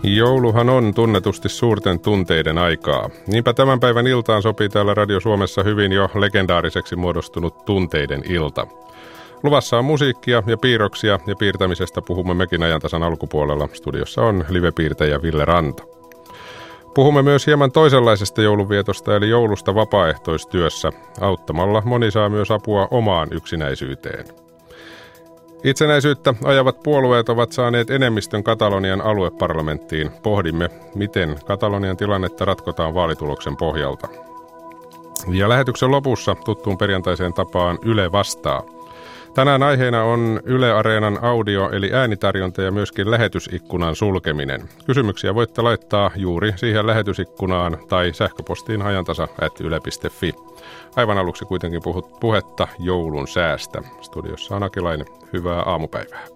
Jouluhan on tunnetusti suurten tunteiden aikaa. Niinpä tämän päivän iltaan sopii täällä Radio Suomessa hyvin jo legendaariseksi muodostunut tunteiden ilta. Luvassa on musiikkia ja piirroksia ja piirtämisestä puhumme mekin ajantasan alkupuolella. Studiossa on livepiirtäjä Ville Ranta. Puhumme myös hieman toisenlaisesta joulunvietosta eli joulusta vapaaehtoistyössä. Auttamalla moni saa myös apua omaan yksinäisyyteen. Itsenäisyyttä ajavat puolueet ovat saaneet enemmistön Katalonian alueparlamenttiin. Pohdimme, miten Katalonian tilannetta ratkotaan vaalituloksen pohjalta. Ja lähetyksen lopussa tuttuun perjantaiseen tapaan Yle vastaa. Tänään aiheena on Yle Areenan audio- eli äänitarjonta ja myöskin lähetysikkunan sulkeminen. Kysymyksiä voitte laittaa juuri siihen lähetysikkunaan tai sähköpostiin ajantasa@yle.fi. Aivan aluksi kuitenkin puhetta joulun säästä. Studiossa on Akilainen. Hyvää aamupäivää.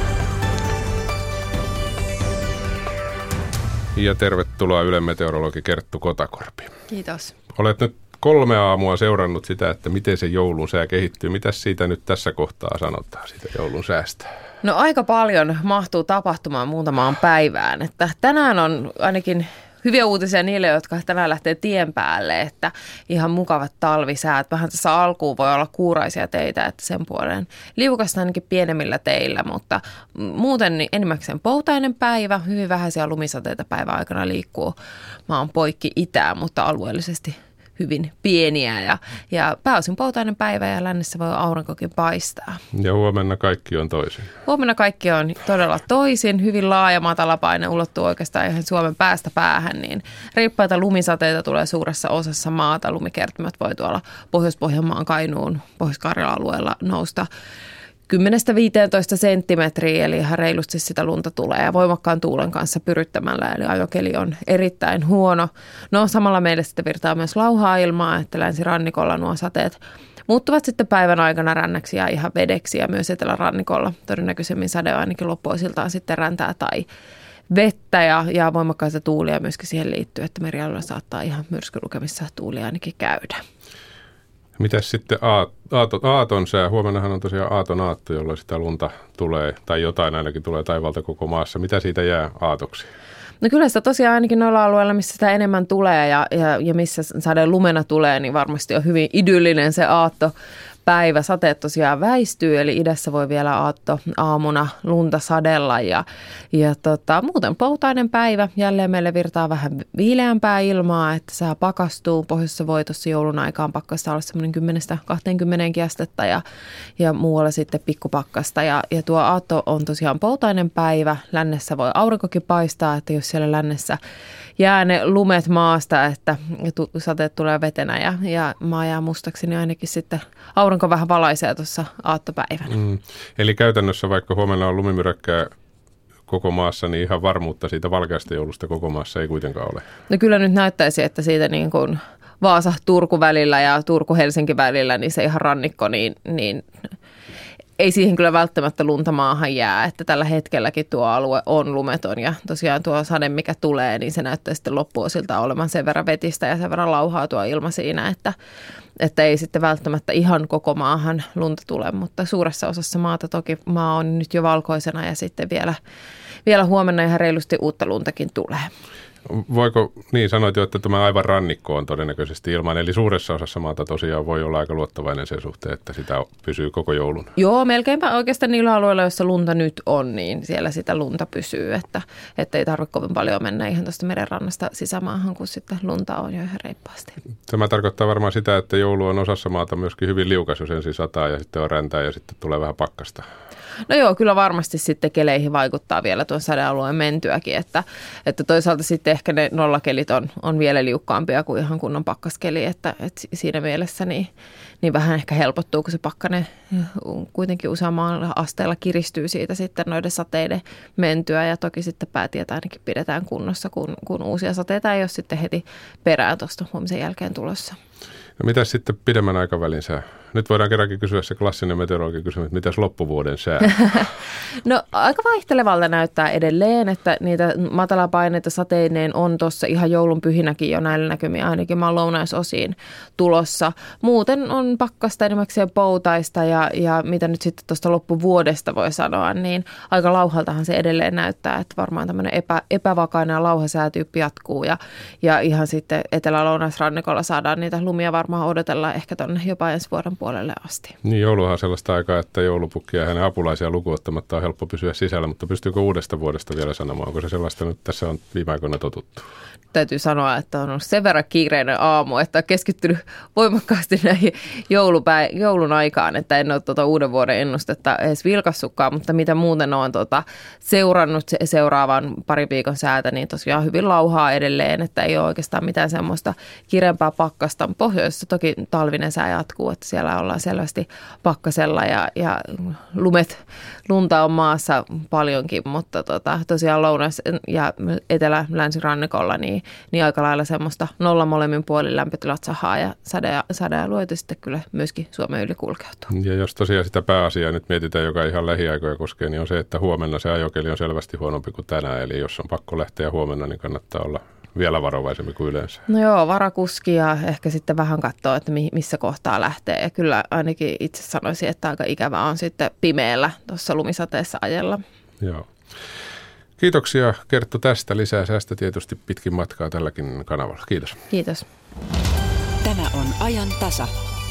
Ja tervetuloa Ylen meteorologi Kerttu Kotakorpi. Kiitos. Olet nyt 3 aamua seurannut sitä, että miten se joulun sää kehittyy. Mitäs siitä nyt tässä kohtaa sanotaan, siitä joulun säästä? No aika paljon mahtuu tapahtumaan muutamaan päivään. Että tänään on ainakin hyviä uutisia niille, jotka tänään lähtee tien päälle, että ihan mukavat talvisäät. Vähän tässä alkuun voi olla kuuraisia teitä, että sen puolen liukasta ainakin pienemmillä teillä, mutta muuten niin enimmäkseen poutainen päivä. Hyvin vähäisiä lumisateita päivän aikana liikkuu maan poikki itään, mutta alueellisesti hyvin pieniä ja pääosin poutainen päivä ja lännessä voi aurinkokin paistaa. Ja huomenna kaikki on toisin. Huomenna kaikki on todella toisin. Hyvin laaja matalapaine ulottuu oikeastaan ihan Suomen päästä päähän, niin riippaita lumisateita tulee suuressa osassa maata. Lumikertymät voi tuolla Pohjois-Pohjanmaan, Kainuun, Pohjois-Karjalan alueella nousta 10-15 senttimetriä, eli ihan reilusti sitä lunta tulee ja voimakkaan tuulen kanssa pyryttämällä, eli ajokeli on erittäin huono. No samalla meille sitten virtaa myös lauhaa ilmaa, että länsirannikolla nuo sateet muuttuvat sitten päivän aikana rännäksi ja ihan vedeksi ja myös etelärannikolla todennäköisemmin sade ainakin loppuisiltaan sitten räntää tai vettä ja voimakkaita tuulia myöskin siihen liittyy, että merialueella saattaa ihan myrskylukemissa tuulia ainakin käydä. Mitäs sitten aaton sää? Huomennahan on tosiaan aaton aatto, jolloin sitä lunta tulee, tai jotain ainakin tulee taivaalta koko maassa. Mitä siitä jää aatoksi? No kyllä sitä tosiaan ainakin noilla alueilla, missä sitä enemmän tulee ja missä sade lumena tulee, niin varmasti on hyvin idyllinen se aattopäivä. Sateet tosiaan väistyy, eli idässä voi vielä aamuna lunta sadella ja muuten poutainen päivä. Jälleen meille virtaa vähän viileämpää ilmaa, että sää pakastuu. Pohjoisessa voi tuossa joulun aikaan pakkasta olla semmoinen 10-20 astetta ja muualla sitten pikkupakkasta. Ja tuo aatto on tosiaan poutainen päivä. Lännessä voi aurinkokin paistaa, että jos siellä lännessä jää ne lumet maasta, että sateet tulee vetenä ja maa jää mustaksi, niin ainakin sitten aurinko vähän valaisee tuossa aattopäivänä. Eli käytännössä vaikka huomenna on lumimyräkkää koko maassa, niin ihan varmuutta siitä valkeasta joulusta koko maassa ei kuitenkaan ole. No kyllä nyt näyttäisi, että siitä niin kuin Vaasa-Turku välillä ja Turku-Helsinki välillä, niin se ihan rannikko, niin ei siihen kyllä välttämättä lunta maahan jää, että tällä hetkelläkin tuo alue on lumeton ja tosiaan tuo sade, mikä tulee, niin se näyttää sitten loppuosilta olevan sen verran vetistä ja sen verran lauhaa tuo ilma siinä, että ei sitten välttämättä ihan koko maahan lunta tule, mutta suuressa osassa maata toki maa on nyt jo valkoisena ja sitten vielä huomenna ihan reilusti uutta luntakin tulee. Voiko, niin sanoit jo, että tämä aivan rannikko on todennäköisesti ilman, eli suuressa osassa maata tosiaan voi olla aika luottavainen sen suhteen, että sitä pysyy koko joulun. Joo, melkeinpä oikeastaan niillä alueilla, joissa lunta nyt on, niin siellä sitä lunta pysyy, että ei tarvitse kovin paljon mennä ihan tuosta merenrannasta sisämaahan, kun sitten lunta on jo ihan reippaasti. Tämä tarkoittaa varmaan sitä, että joulu on osassa maata myöskin hyvin liukas, jos ensin sataa ja sitten on räntää ja sitten tulee vähän pakkasta. No joo, kyllä varmasti sitten keleihin vaikuttaa vielä tuon sadealueen mentyäkin, että toisaalta sitten ehkä ne nollakelit on vielä liukkaampia kuin ihan kunnon pakkaskeli, että siinä mielessä niin vähän ehkä helpottuu, kun se pakkanen kuitenkin useammalla asteella kiristyy siitä sitten noiden sateiden mentyä ja toki sitten päätietä ainakin pidetään kunnossa, kun uusia sateita ei ole sitten heti perään tuosta huomisen jälkeen tulossa. No mitäs sitten pidemmän aikavälin sää Nyt voidaan kerrankin kysyä se klassinen meteorologin kysymys, että mitäs loppuvuoden sää? No aika vaihtelevalta näyttää edelleen, että niitä matalapaineita sateineen on tuossa ihan joulun pyhinäkin jo näillä näkymin ainakin maan lounaisosiin tulossa. Muuten on pakkasta enimmäkseen poutaista ja mitä nyt sitten tuosta loppuvuodesta voi sanoa, niin aika lauhaltahan se edelleen näyttää, että varmaan tämmöinen epävakainen ja lauhasäätyyppi jatkuu ja ihan sitten etelä-lounaisrannikolla saadaan niitä lumia varmaan odotella ehkä tuonne jopa ensi vuoden puolelle asti. Niin, jouluhan on sellaista aikaa, että joulupukkia ja hänen apulaisia lukuottamatta on helppo pysyä sisällä, mutta pystyykö uudesta vuodesta vielä sanomaan? Onko se sellaista nyt tässä on viime aikoina totuttu? Täytyy sanoa, että on ollut sen verran kiireinen aamu, että on keskittynyt voimakkaasti näihin joulun aikaan, että en ole uuden vuoden ennustetta edes vilkassutkaan, mutta mitä muuten olen seurannut seuraavan parin viikon säätä, niin tosiaan hyvin lauhaa edelleen, että ei ole oikeastaan mitään semmoista kireempää pakkasta. Pohjoisessa toki talvinen sää jatkuu, että siellä ollaan selvästi pakkasella ja lunta on maassa paljonkin, mutta tosiaan lounas- ja etelä-länsirannikolla niin aika lailla semmoista nolla molemmin puolin lämpötilat sahaa ja sade ja luoto sitten kyllä myöskin Suomen yli kulkeutuu. Ja jos tosiaan sitä pääasiaa nyt mietitään, joka ihan lähiaikoja koskee, niin on se, että huomenna se ajokeli on selvästi huonompi kuin tänään. Eli jos on pakko lähteä huomenna, niin kannattaa olla vielä varovaisemmin kuin yleensä. No joo, varakuski ja ehkä sitten vähän katsoa, että missä kohtaa lähtee. Ja kyllä ainakin itse sanoisin, että aika ikävä on sitten pimeällä tuossa lumisateessa ajella. Joo. Kiitoksia Kerttu tästä. Lisää säästä tietysti pitkin matkaa tälläkin kanavalla. Kiitos. Kiitos. Tämä on ajan tasa.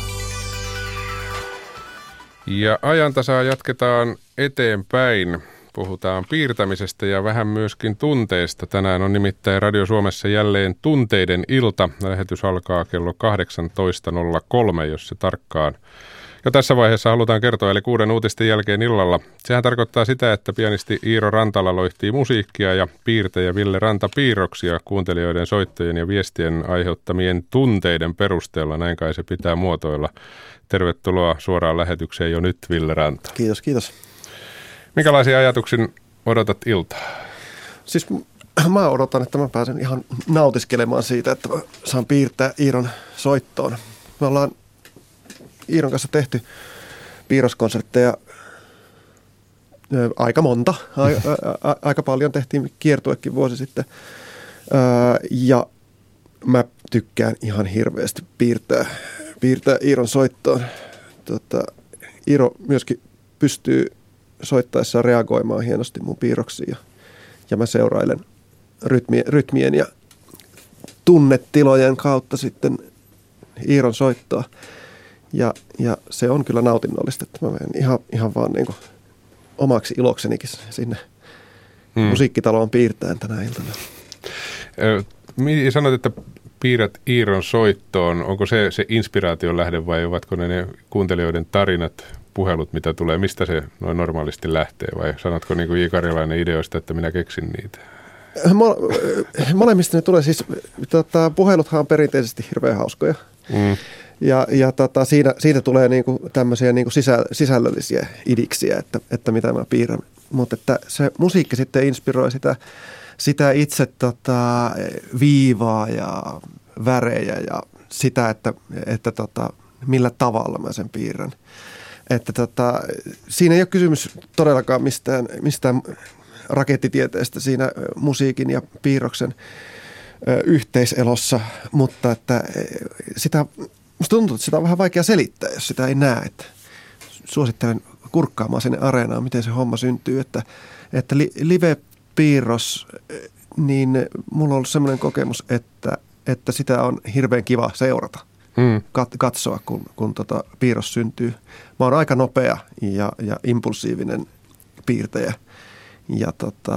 Ja ajan tasaa jatketaan eteenpäin. Puhutaan piirtämisestä ja vähän myöskin tunteista. Tänään on nimittäin Radio Suomessa jälleen tunteiden ilta. Lähetys alkaa kello 18.03, jos se tarkkaan jo tässä vaiheessa halutaan kertoa, eli 6 uutisten jälkeen illalla. Sehän tarkoittaa sitä, että pianisti Iiro Rantala loihtii musiikkia ja piirtäjä Ville Ranta piirroksia kuuntelijoiden soittojen ja viestien aiheuttamien tunteiden perusteella. Näin kai se pitää muotoilla. Tervetuloa suoraan lähetykseen jo nyt, Ville Ranta. Kiitos, kiitos. Minkälaisia ajatuksia odotat iltaa? Siis mä odotan, että mä pääsen ihan nautiskelemaan siitä, että mä saan piirtää Iiron soittoon. Me ollaan Iiron kanssa tehty piirroskonsertteja aika monta. Aika paljon tehtiin kiertuekin vuosi sitten. Ja mä tykkään ihan hirveästi piirtää Iiron soittoon. Iiro myöskin pystyy soittaessaan reagoimaan hienosti mun piirroksiin ja mä seurailen rytmien ja tunnetilojen kautta sitten Iiron soittoa. Ja se on kyllä nautinnollista, että mä menen ihan vaan niin kuin omaksi iloksenikin sinne musiikkitaloon piirtämään tänä iltana. Sanoit, että piirrät Iiron soittoon. Onko se inspiraation lähde vai ovatko ne kuuntelijoiden tarinat, puhelut, mitä tulee? Mistä se noin normaalisti lähtee vai sanotko niin kuin J. Karjalainen ideoista, että minä keksin niitä? Molemmista ne tulee siis, puheluthan on perinteisesti hirveän hauskoja. Ja siitä tulee niinku tämmöisiä niinku sisällöllisiä idiksiä, että mitä mä piirrän. Mutta että se musiikki sitten inspiroi sitä itse viivaa ja värejä ja sitä, että millä tavalla mä sen piirrän. Että siinä ei ole kysymys todellakaan mistään rakettitieteestä siinä musiikin ja piirroksen yhteiselossa, mutta että musta tuntuu, että sitä on vähän vaikea selittää, jos sitä ei näe. Että suosittelen kurkkaamaan sinne areenaan, miten se homma syntyy. Että live-piirros, niin mulla on ollut semmoinen kokemus, että sitä on hirveän kiva seurata, katsoa, kun piirros syntyy. Mä oon aika nopea ja impulsiivinen piirtäjä. Ja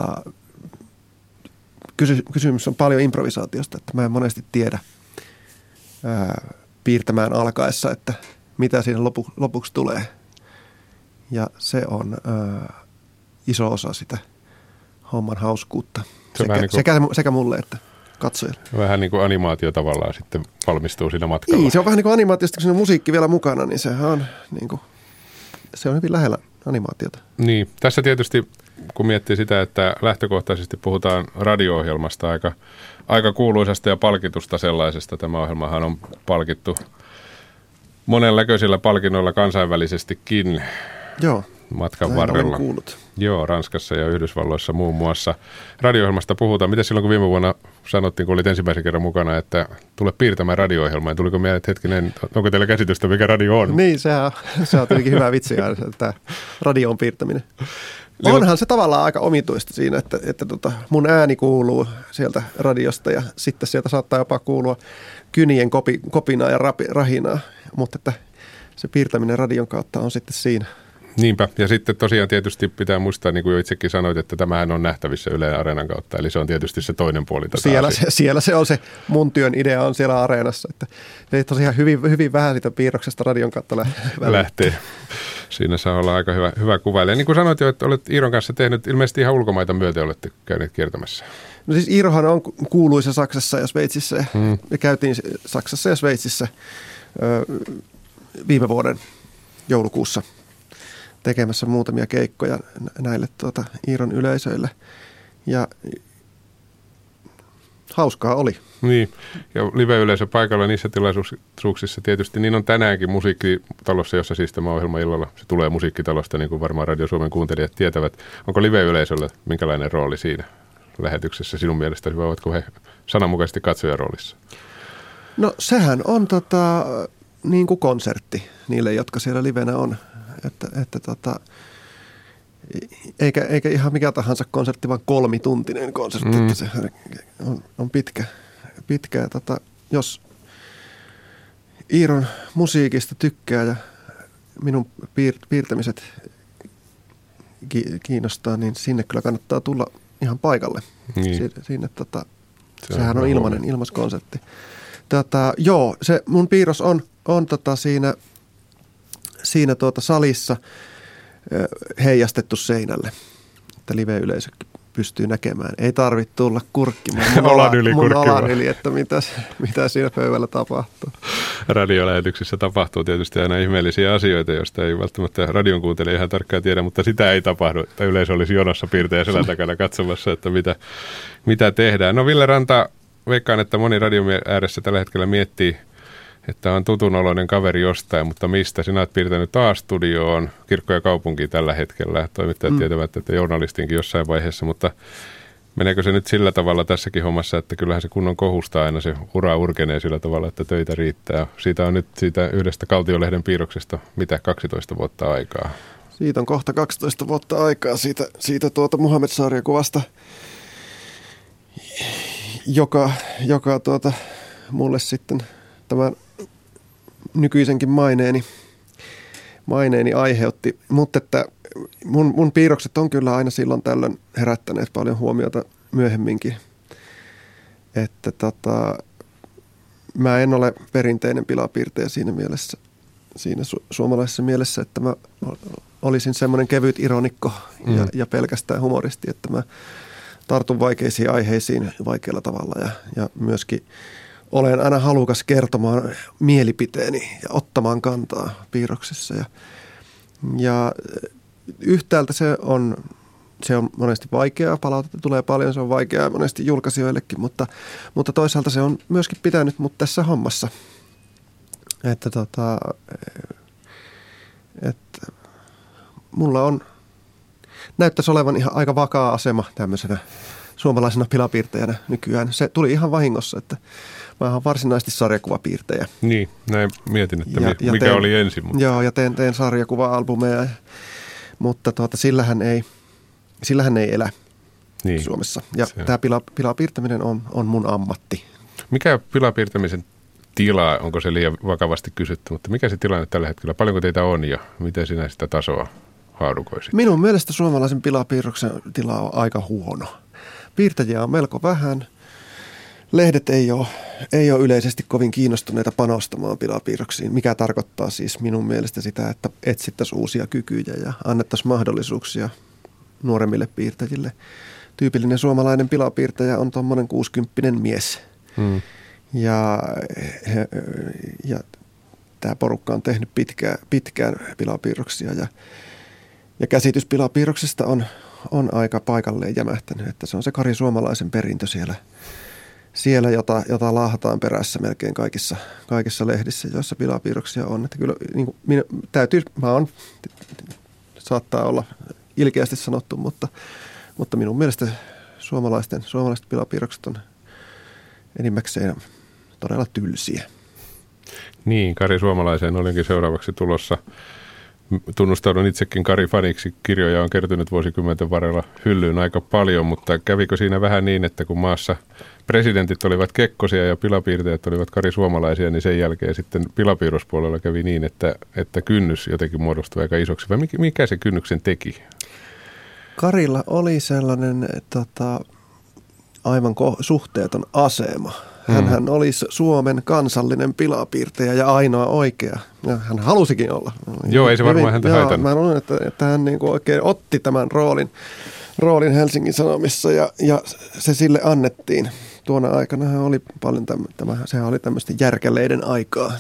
kysymys on paljon improvisaatiosta, että mä en monesti tiedä piirtämään alkaessa, että mitä siinä lopuksi tulee. Ja se on iso osa sitä homman hauskuutta sekä mulle että katsojille. Vähän niin kuin animaatio tavallaan sitten valmistuu siinä matkalla. Niin, se on vähän niin kuin animaatiosta, kun siinä on musiikki vielä mukana, niin sehän on, niin kuin, se on hyvin lähellä animaatiota. Niin, tässä tietysti kun miettii sitä, että lähtökohtaisesti puhutaan radio-ohjelmasta aika kuuluisasta ja palkitusta sellaisesta. Tämä ohjelmahan on palkittu monenlaisilla palkinnoilla kansainvälisestikin. Joo. Matkan varrella. Kuullut. Joo, Ranskassa ja Yhdysvalloissa muun muassa. Radio-ohjelmasta puhutaan. Miten silloin, kun viime vuonna sanottiin, kun olit ensimmäisen kerran mukana, että tule piirtämään radio-ohjelmaa, tuliko mieleen, että hetkinen, onko teillä käsitystä, mikä radio on? Niin, se on tietenkin hyvä vitsi, tämä radion piirtäminen. Onhan se tavallaan aika omituista siinä, että mun ääni kuuluu sieltä radiosta ja sitten sieltä saattaa jopa kuulua kynien kopinaa ja rahinaa, mutta että se piirtäminen radion kautta on sitten siinä. Niinpä. Ja sitten tosiaan tietysti pitää muistaa, niin kuin jo itsekin sanoit, että tämähän on nähtävissä Yle Areenan kautta. Eli se on tietysti se toinen puoli tätä siellä se on se mun työn idea on siellä Areenassa. Että tosiaan hyvin vähän siitä piirroksesta radion kautta lähtee. Siinä saa olla aika hyvä kuvailija. Niin kuin sanoit jo, että olet Iiron kanssa tehnyt ilmeisesti ihan ulkomaita myöten olette käyneet kiertämässä. No siis Iirohan on kuuluisa Saksassa ja Sveitsissä. Me käytiin Saksassa ja Sveitsissä viime vuoden joulukuussa tekemässä muutamia keikkoja näille Iiron yleisöille. Ja hauskaa oli. Niin, ja live-yleisö paikalla niissä tilaisuuksissa tietysti. Niin on tänäänkin musiikkitalossa, jossa siis tämä ohjelma illalla, se tulee musiikkitalosta, niin kuin varmaan Radio Suomen kuuntelijat tietävät. Onko live-yleisöllä minkälainen rooli siinä lähetyksessä sinun mielestä? Vai ovatko he sananmukaisesti katsojan roolissa? No sehän on niin kuin konsertti niille, jotka siellä livenä on. Eikä ihan mikä tahansa konsertti, vaan 3-tuntinen konsertti. Että se on pitkä. Jos Iiron musiikista tykkää ja minun piirtämiset kiinnostaa, niin sinne kyllä kannattaa tulla ihan paikalle. Niin. Sinne, sehän on ilmaiskonsertti. Joo, se mun piirros on siinä salissa heijastettu seinälle, että live-yleisö pystyy näkemään. Ei tarvitse tulla kurkkimaan mun alan yli, että mitä siinä pöydällä tapahtuu. Radiolähetyksissä tapahtuu tietysti aina ihmeellisiä asioita, joista ei välttämättä radion kuuntelija ihan tarkkaan tiedä, mutta sitä ei tapahdu, että yleisö olisi jonossa piirtäjä selän takana katsomassa, että mitä tehdään. No Ville Ranta, veikkaan, että moni radion ääressä tällä hetkellä miettii, että on tutunoloinen kaveri jostain, mutta mistä? Sinä olet piirtänyt A-studioon, Kirkko ja kaupunki tällä hetkellä. Toimittajat tietävät, että journalistinkin jossain vaiheessa, mutta meneekö se nyt sillä tavalla tässäkin hommassa, että kyllähän se kunnon kohusta aina se ura urkenee sillä tavalla, että töitä riittää. Siitä on nyt siitä yhdestä Kaltiolehden piirroksesta, mitä 12 vuotta aikaa? Siitä on kohta 12 vuotta aikaa siitä Muhammed-sarjakuvasta, joka mulle sitten tämän nykyisenkin maineeni aiheutti, mutta että mun piirrokset on kyllä aina silloin tällöin herättäneet paljon huomiota myöhemminkin, että mä en ole perinteinen pilapiirtäjä siinä mielessä, siinä suomalaisessa mielessä, että mä olisin semmoinen kevyt ironikko ja pelkästään humoristi, että mä tartun vaikeisiin aiheisiin vaikealla tavalla ja myöskin olen aina halukas kertomaan mielipiteeni ja ottamaan kantaa piirroksissa. Ja yhtäältä se on monesti vaikeaa, palautetta tulee paljon, se on vaikeaa monesti julkaisijoillekin, mutta toisaalta se on myöskin pitänyt mut tässä hommassa. Että mulla näyttäisi olevan ihan aika vakaa asema tämmöisenä suomalaisena pilapiirtäjänä nykyään. Se tuli ihan vahingossa, että mä oon varsinaisesti sarjakuvapiirtäjä. Niin, näin mietin, että mikä oli ensin. Mutta. Joo, ja teen sarjakuva-albumeja, mutta sillähän ei elä Suomessa. Ja tämä pilapiirtäminen on mun ammatti. Mikä pilapiirtämisen tila, onko se liian vakavasti kysytty, mutta mikä se tilanne tällä hetkellä? Paljonko teitä on ja miten sinä sitä tasoa haarukoisit? Minun mielestä suomalaisen pilapiirroksen tila on aika huono. Piirtäjiä on melko vähän. Lehdet ei ole yleisesti kovin kiinnostuneita panostamaan pilapiirroksiin, mikä tarkoittaa siis minun mielestä sitä, että etsittäisiin uusia kykyjä ja annettaisiin mahdollisuuksia nuoremmille piirtäjille. Tyypillinen suomalainen pilapiirtäjä on tuommoinen 60-vuotias mies. Ja tämä porukka on tehnyt pitkään pilapiirroksia ja käsitys pilapiirroksesta on aika paikalleen jämähtänyt, että se on se Kari Suomalaisen perintö siellä, jota laahataan perässä melkein kaikissa lehdissä, joissa pilapiirroksia on. Että kyllä niin kuin, saattaa olla ilkeästi sanottu, mutta minun mielestä suomalaiset pilapiirrokset on enimmäkseen todella tylsiä. Niin, Kari Suomalaiseen olinkin seuraavaksi tulossa. Tunnustaudun itsekin Kari-faniksi. Kirjoja on kertynyt vuosikymmenten varrella hyllyyn aika paljon, mutta kävikö siinä vähän niin, että kun maassa presidentit olivat Kekkosia ja pilapiirtäjät olivat Kari Suomalaisia, niin sen jälkeen sitten pilapiirrospuolella kävi niin, että kynnys jotenkin muodostui aika isoksi. Vai mikä se kynnyksen teki? Karilla oli sellainen aivan suhteeton asema. Hänhän oli Suomen kansallinen pilapiirtäjä ja ainoa oikea. Ja hän halusikin olla. Joo, ei se varmaan häntä haitannut. Mä luulen, että hän niin kuin oikein otti tämän roolin Helsingin Sanomissa ja se sille annettiin. Tuona aikana hän oli paljon sehän oli tämmöistä järkeleiden aikaa.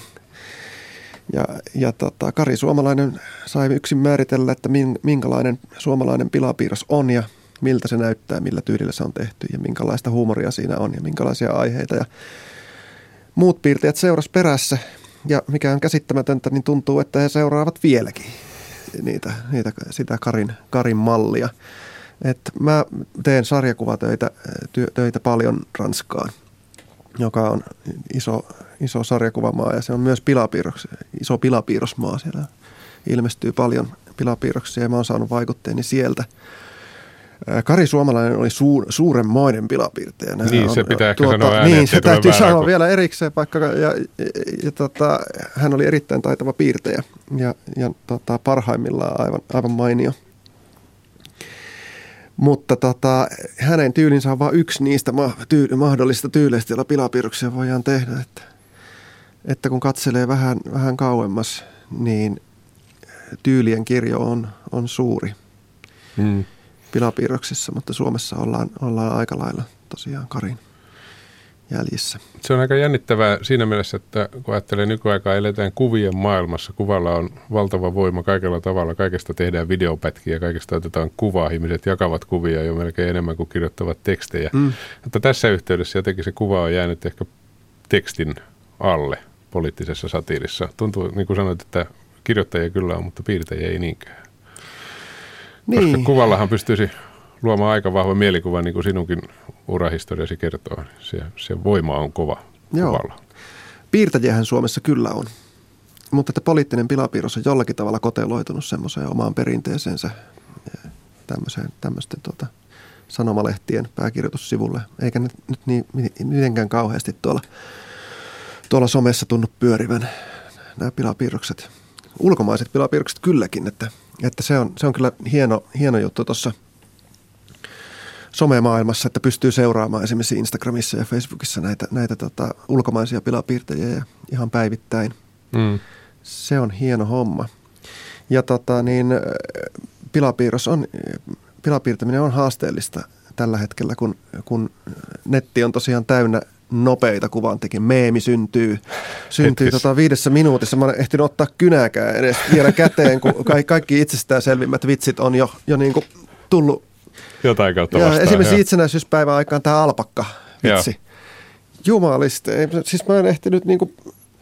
Ja Kari Suomalainen sai yksin määritellä, että minkälainen suomalainen pilapiirros on ja miltä se näyttää, millä tyylillä se on tehty ja minkälaista huumoria siinä on ja minkälaisia aiheita. Ja muut piirtäjät seurasi perässä ja mikä on käsittämätöntä, niin tuntuu, että he seuraavat vieläkin sitä Karin mallia. Et mä teen sarjakuvatöitä paljon Ranskaan, joka on iso sarjakuvamaa ja se on myös iso pilapiirrosmaa. Siellä ilmestyy paljon pilapiirroksia ja mä oon saanut vaikutteeni sieltä. Kari Suomalainen oli suuremmoinen pilapiirtäjä. Niin, se pitää ehkä sanoa ääneen. Niin, se täytyy sanoa vielä erikseen, hän oli erittäin taitava piirtäjä ja parhaimmillaan aivan mainio. Mutta hänen tyylinsä on vain yksi niistä mahdollisista tyyleistä, joilla pilapiirroksia voidaan tehdä. Että kun katselee vähän kauemmas, niin tyylien kirjo on suuri pilapiirroksissa, mutta Suomessa ollaan aika lailla tosiaan Karin jäljissä. Se on aika jännittävää siinä mielessä, että kun ajattelee nykyaikaa, eletään kuvien maailmassa. Kuvalla on valtava voima kaikella tavalla. Kaikesta tehdään videopätkiä, kaikesta otetaan kuvaa. Ihmiset jakavat kuvia jo melkein enemmän kuin kirjoittavat tekstejä. Mutta tässä yhteydessä jotenkin se kuva on jäänyt ehkä tekstin alle poliittisessa satiirissa. Tuntuu, niin kuin sanoit, että kirjoittajia kyllä on, mutta piirtäjiä ei niinkään. Niin. Koska kuvallahan pystyisi luomaan aika vahva mielikuva, niin kuin sinunkin urahistoriasi kertoo. Se voima on kova kuvalla. Piirtäjiähän Suomessa kyllä on, mutta että poliittinen pilapiirros on jollakin tavalla koteloitunut semmoiseen omaan perinteeseensä tämmöisten sanomalehtien pääkirjoitussivulle. Eikä nyt niin mitenkään kauheasti tuolla somessa tunnu pyörivän nämä pilapiirrokset. Ulkomaiset pilapiirrokset kylläkin, että se on kyllä hieno juttu tuossa somemaailmassa, että pystyy seuraamaan esimerkiksi Instagramissa ja Facebookissa näitä ulkomaisia pilapiirtäjiä ihan päivittäin. Se on hieno homma. Ja pilapiirtäminen on haasteellista tällä hetkellä, kun netti on tosiaan täynnä nopeita kuvantekijä. Meemi syntyy 5 minuutissa. Mä olen ehtinyt ottaa kynääkään edes vielä käteen, kun kaikki itsestään selvimmät vitsit on jo niin kuin tullut. Jotain kautta vastaan. Esimerkiksi itsenäisyyspäivän aikaan tämä alpakka-vitsi. Jumaliste. Siis mä en ehtinyt niin kuin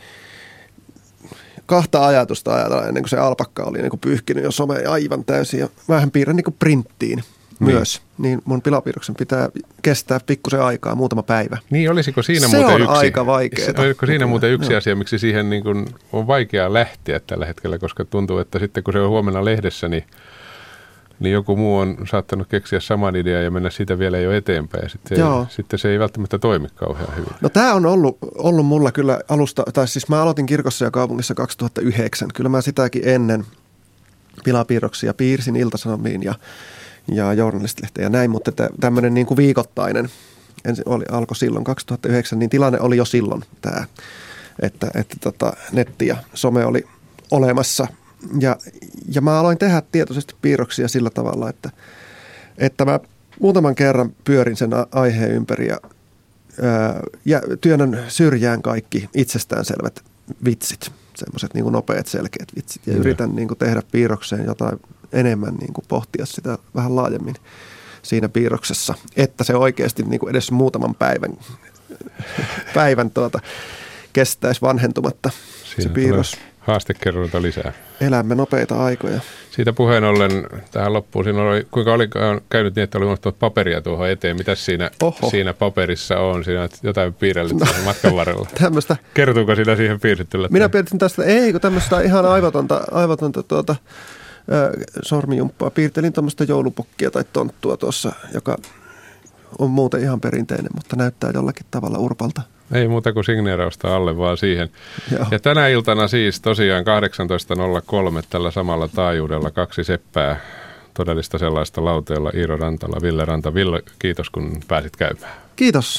2 ajatusta ajatella ennen kuin se alpakka oli niin kuin pyyhkinyt jo someen aivan täysin. Ja mähän piirrän niin kuin printtiin myös. Niin mun pilapiirroksen pitää kestää pikkusen aikaa, muutama päivä. Niin, olisiko siinä se muuten on aika vaikeaa. Olisiko siinä muuten yksi asia, miksi siihen niin kuin on vaikea lähteä tällä hetkellä, koska tuntuu, että sitten kun se on huomenna lehdessä, niin joku muu on saattanut keksiä saman idean ja mennä siitä vielä jo eteenpäin. Ja sitten se ei välttämättä toimi kauhean hyvin. No tämä on ollut mulla kyllä alusta, tai siis mä aloitin Kirkossa ja kaupungissa 2009. Kyllä mä sitäkin ennen pilapiirroksia piirsin Ilta-Sanomiin ja Journalistilehteen ja näin, mutta tämmöinen niin kuin viikoittainen alkoi silloin 2009, niin tilanne oli jo silloin tämä, että netti ja some oli olemassa. Ja mä aloin tehdä tietoisesti piirroksia sillä tavalla, että mä muutaman kerran pyörin sen aiheen ympäri ja työnnän syrjään kaikki itsestäänselvät vitsit, semmoiset niin kuin nopeat selkeät vitsit ja yritän niin kuin tehdä piirrokseen jotain enemmän, niin kuin pohtia sitä vähän laajemmin siinä piirroksessa, että se oikeasti niin kuin edes muutaman päivän päivän kestäisi vanhentumatta Siinä se piirros. Haastekerrointa lisää. Elämme nopeita aikoja. Siitä puheen ollen tähän loppuun, siinä oli, kuinka oli käynyt niin, että oli unohtanut paperia tuohon eteen. Mitäs siinä paperissa on? Siinä on jotain piirrellyt matkan varrella. Tämmöistä. Kertuuko siinä siihen piirrettyllä? Minä piirtin tästä, kun tämmöistä ihan aivotonta sormijumppaa. Piirtelin tämmöistä joulupukkia tai tonttua tuossa, joka on muuten ihan perinteinen, mutta näyttää jollakin tavalla urpalta. Ei muuta kuin signeerausta alle vaan siihen. Joo. Ja tänä iltana siis tosiaan 18.03 tällä samalla taajuudella 2 seppää, todellista sellaista lauteella, Iiro Rantala, Ville Ranta. Ville, kiitos kun pääsit käymään. Kiitos.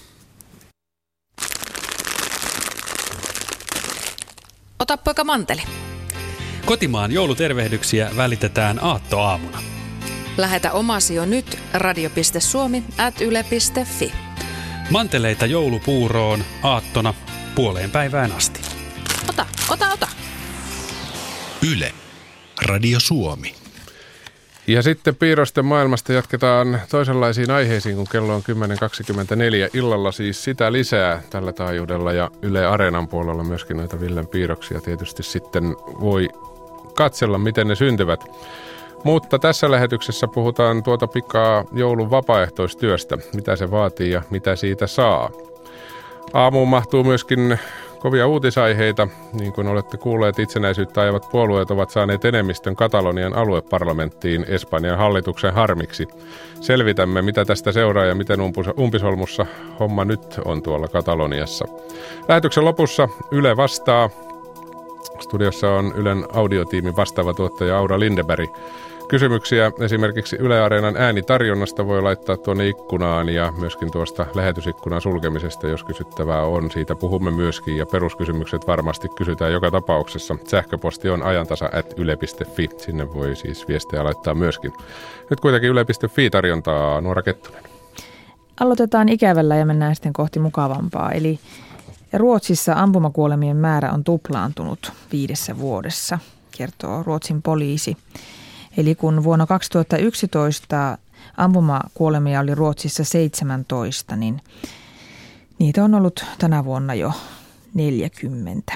Ota poika manteli. Kotimaan joulutervehdyksiä välitetään aattoaamuna. Lähetä omasi jo nyt radio.suomi@yle.fi. Manteleita joulupuuroon aattona 5:30 asti. Ota. Yle. Radio Suomi. Ja sitten piirrosten maailmasta jatketaan toisenlaisiin aiheisiin, kun kello on 10.24. Illalla siis sitä lisää tällä taajuudella ja Yle Areenan puolella myöskin noita Villen piirroksia tietysti sitten voi katsella, miten ne syntyvät. Mutta tässä lähetyksessä puhutaan tuota pikaa joulun vapaaehtoistyöstä, mitä se vaatii ja mitä siitä saa. Aamuun mahtuu myöskin kovia uutisaiheita. Niin kuin olette kuulleet, itsenäisyyttä ajavat puolueet ovat saaneet enemmistön Katalonian alueparlamenttiin Espanjan hallituksen harmiksi. Selvitämme, mitä tästä seuraa ja miten umpisolmussa homma nyt on tuolla Kataloniassa. Lähetyksen lopussa Yle vastaa. Studiossa on Ylen audiotiimin vastaava tuottaja Aura Lindeberg. Kysymyksiä esimerkiksi Yle Areenan äänitarjonnasta voi laittaa tuonne ikkunaan ja myöskin tuosta lähetysikkunan sulkemisesta, jos kysyttävää on. Siitä puhumme myöskin ja peruskysymykset varmasti kysytään joka tapauksessa. Sähköposti on ajantasa@yle.fi. Sinne voi siis viestejä laittaa myöskin. Nyt kuitenkin yle.fi tarjontaa Noora Kettunen. Aloitetaan ikävällä ja mennään sitten kohti mukavampaa. Eli Ruotsissa ampumakuolemien määrä on tuplaantunut 5 vuodessa, kertoo Ruotsin poliisi. Eli kun vuonna 2011 ampumakuolemia oli Ruotsissa 17, niin niitä on ollut tänä vuonna jo 40.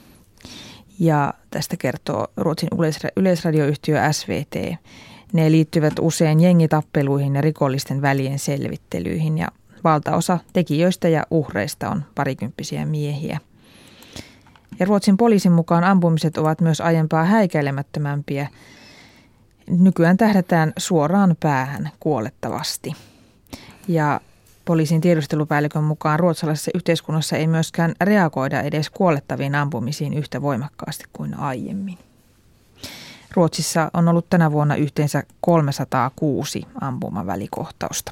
Ja tästä kertoo Ruotsin yleisradioyhtiö SVT. Ne liittyvät usein jengitappeluihin ja rikollisten välien selvittelyihin ja valtaosa tekijöistä ja uhreista on parikymppisiä miehiä. Ja Ruotsin poliisin mukaan ampumiset ovat myös aiempaa häikäilemättömämpiä. Nykyään tähdätään suoraan päähän kuolettavasti. Ja poliisin tiedustelupäällikön mukaan ruotsalaisessa yhteiskunnassa ei myöskään reagoida edes kuolettaviin ampumisiin yhtä voimakkaasti kuin aiemmin. Ruotsissa on ollut tänä vuonna yhteensä 306 ampumavälikohtausta.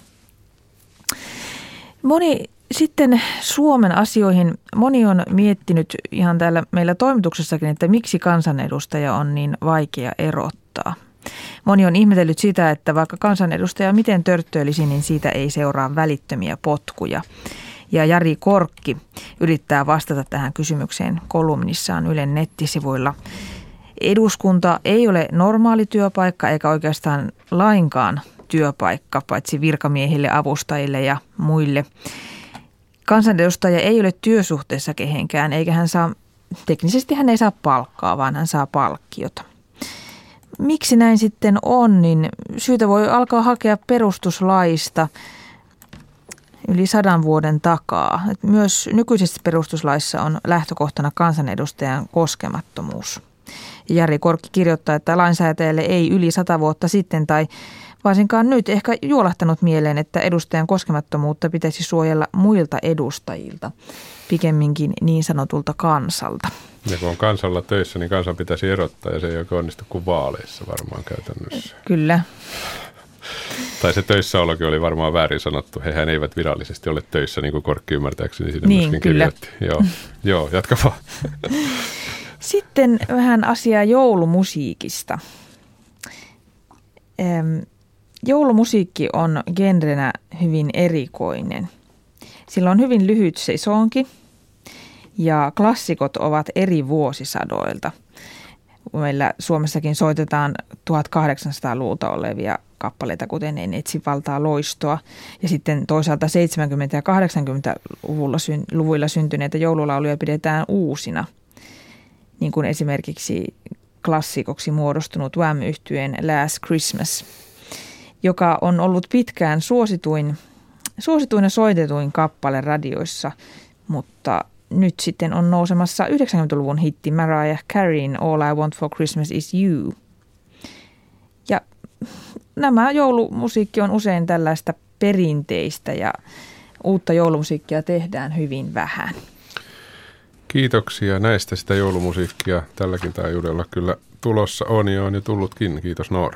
Sitten Suomen asioihin. Moni on miettinyt ihan täällä meillä toimituksessakin, että miksi kansanedustaja on niin vaikea erottaa. Moni on ihmetellyt sitä, että vaikka kansanedustaja miten törttöilisi, niin siitä ei seuraa välittömiä potkuja. Ja Jari Korkki yrittää vastata tähän kysymykseen kolumnissaan Ylen nettisivuilla. Eduskunta ei ole normaali työpaikka eikä oikeastaan lainkaan työpaikka, paitsi virkamiehille, avustajille ja muille. Kansanedustaja ei ole työsuhteessa kehenkään, eikä teknisesti hän ei saa palkkaa, vaan hän saa palkkiota. Miksi näin sitten on, niin syytä voi alkaa hakea perustuslaista yli 100 vuoden takaa. Myös nykyisessä perustuslaissa on lähtökohtana kansanedustajan koskemattomuus. Jari Korkki kirjoittaa, että lainsäätäjälle ei yli 100 vuotta sitten tai varsinkaan nyt ehkä juolahtanut mieleen, että edustajan koskemattomuutta pitäisi suojella muilta edustajilta, pikemminkin niin sanotulta kansalta. Ja kun on kansalla töissä, niin kansan pitäisi erottaa ja se ei oikein onnistu kuin vaaleissa varmaan käytännössä. Kyllä. Tai se töissäolokin oli varmaan väärin sanottu. Hehän eivät virallisesti ole töissä, niin kuin Korkki ymmärtääkseni siinä niin, myöskin kyllä. kirjoitti. Joo, jatka vaan. Sitten vähän asiaa joulumusiikista. Joulumusiikki on genrenä hyvin erikoinen. Sillä on hyvin lyhyt sesonki ja klassikot ovat eri vuosisadoilta. Meillä Suomessakin soitetaan 1800-luvulta olevia kappaleita, kuten En etsi valtaa loistoa. Ja sitten toisaalta 70- ja 80-luvuilla syntyneitä joululauluja pidetään uusina, niin kuin esimerkiksi klassikoksi muodostunut Wham-yhtyeen Last Christmas, joka on ollut pitkään suosituin ja soitetuin kappale radioissa, mutta nyt sitten on nousemassa 90-luvun hitti Mariah Careyn All I Want for Christmas is You. Ja nämä joulumusiikki on usein tällaista perinteistä ja uutta joulumusiikkia tehdään hyvin vähän. Kiitoksia näistä. Sitä joulumusiikkia tälläkin taajuudella kyllä tulossa on ja on jo tullutkin. Kiitos Noora.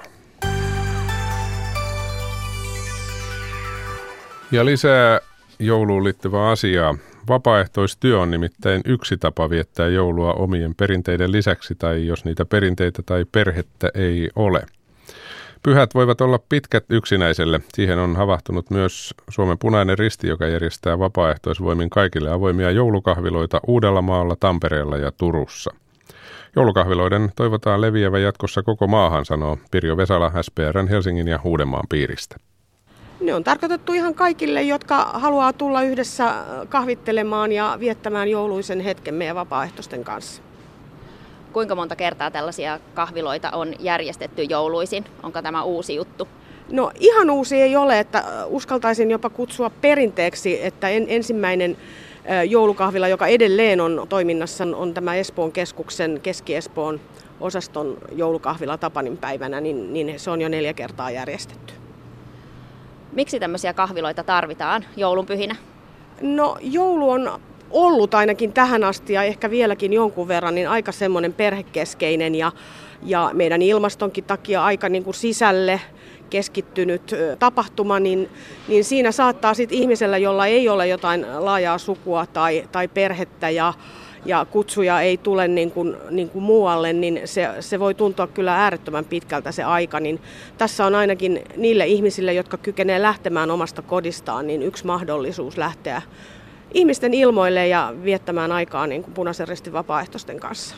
Ja lisää jouluun liittyvää asiaa. Vapaaehtoistyö on nimittäin yksi tapa viettää joulua omien perinteiden lisäksi, tai jos niitä perinteitä tai perhettä ei ole. Pyhät voivat olla pitkät yksinäiselle. Siihen on havahtunut myös Suomen Punainen Risti, joka järjestää vapaaehtoisvoimin kaikille avoimia joulukahviloita Uudellamaalla, Tampereella ja Turussa. Joulukahviloiden toivotaan leviävän jatkossa koko maahan, sanoo Pirjo Vesala SPR:n Helsingin ja Uudenmaan piiristä. Ne on tarkoitettu ihan kaikille, jotka haluaa tulla yhdessä kahvittelemaan ja viettämään jouluisen hetken meidän vapaaehtoisten kanssa. Kuinka monta kertaa tällaisia kahviloita on järjestetty jouluisin? Onko tämä uusi juttu? No ihan uusi ei ole, että uskaltaisin jopa kutsua perinteeksi, että ensimmäinen joulukahvila, joka edelleen on toiminnassa, on tämä Espoon keskuksen Keski-Espoon osaston joulukahvila Tapaninpäivänä, niin se on jo 4 kertaa järjestetty. Miksi tämmöisiä kahviloita tarvitaan joulunpyhinä? No joulu on ollut ainakin tähän asti ja ehkä vieläkin jonkun verran niin aika semmoinen perhekeskeinen ja meidän ilmastonkin takia aika niin kuin sisälle keskittynyt tapahtuma, niin siinä saattaa sitten ihmisellä, jolla ei ole jotain laajaa sukua tai perhettä ja kutsuja ei tule niin kuin muualle, niin se voi tuntua kyllä äärettömän pitkältä se aika. Niin tässä on ainakin niille ihmisille, jotka kykenevät lähtemään omasta kodistaan, niin yksi mahdollisuus lähteä ihmisten ilmoille ja viettämään aikaa niin kuin Punaisen Ristin vapaaehtoisten kanssa.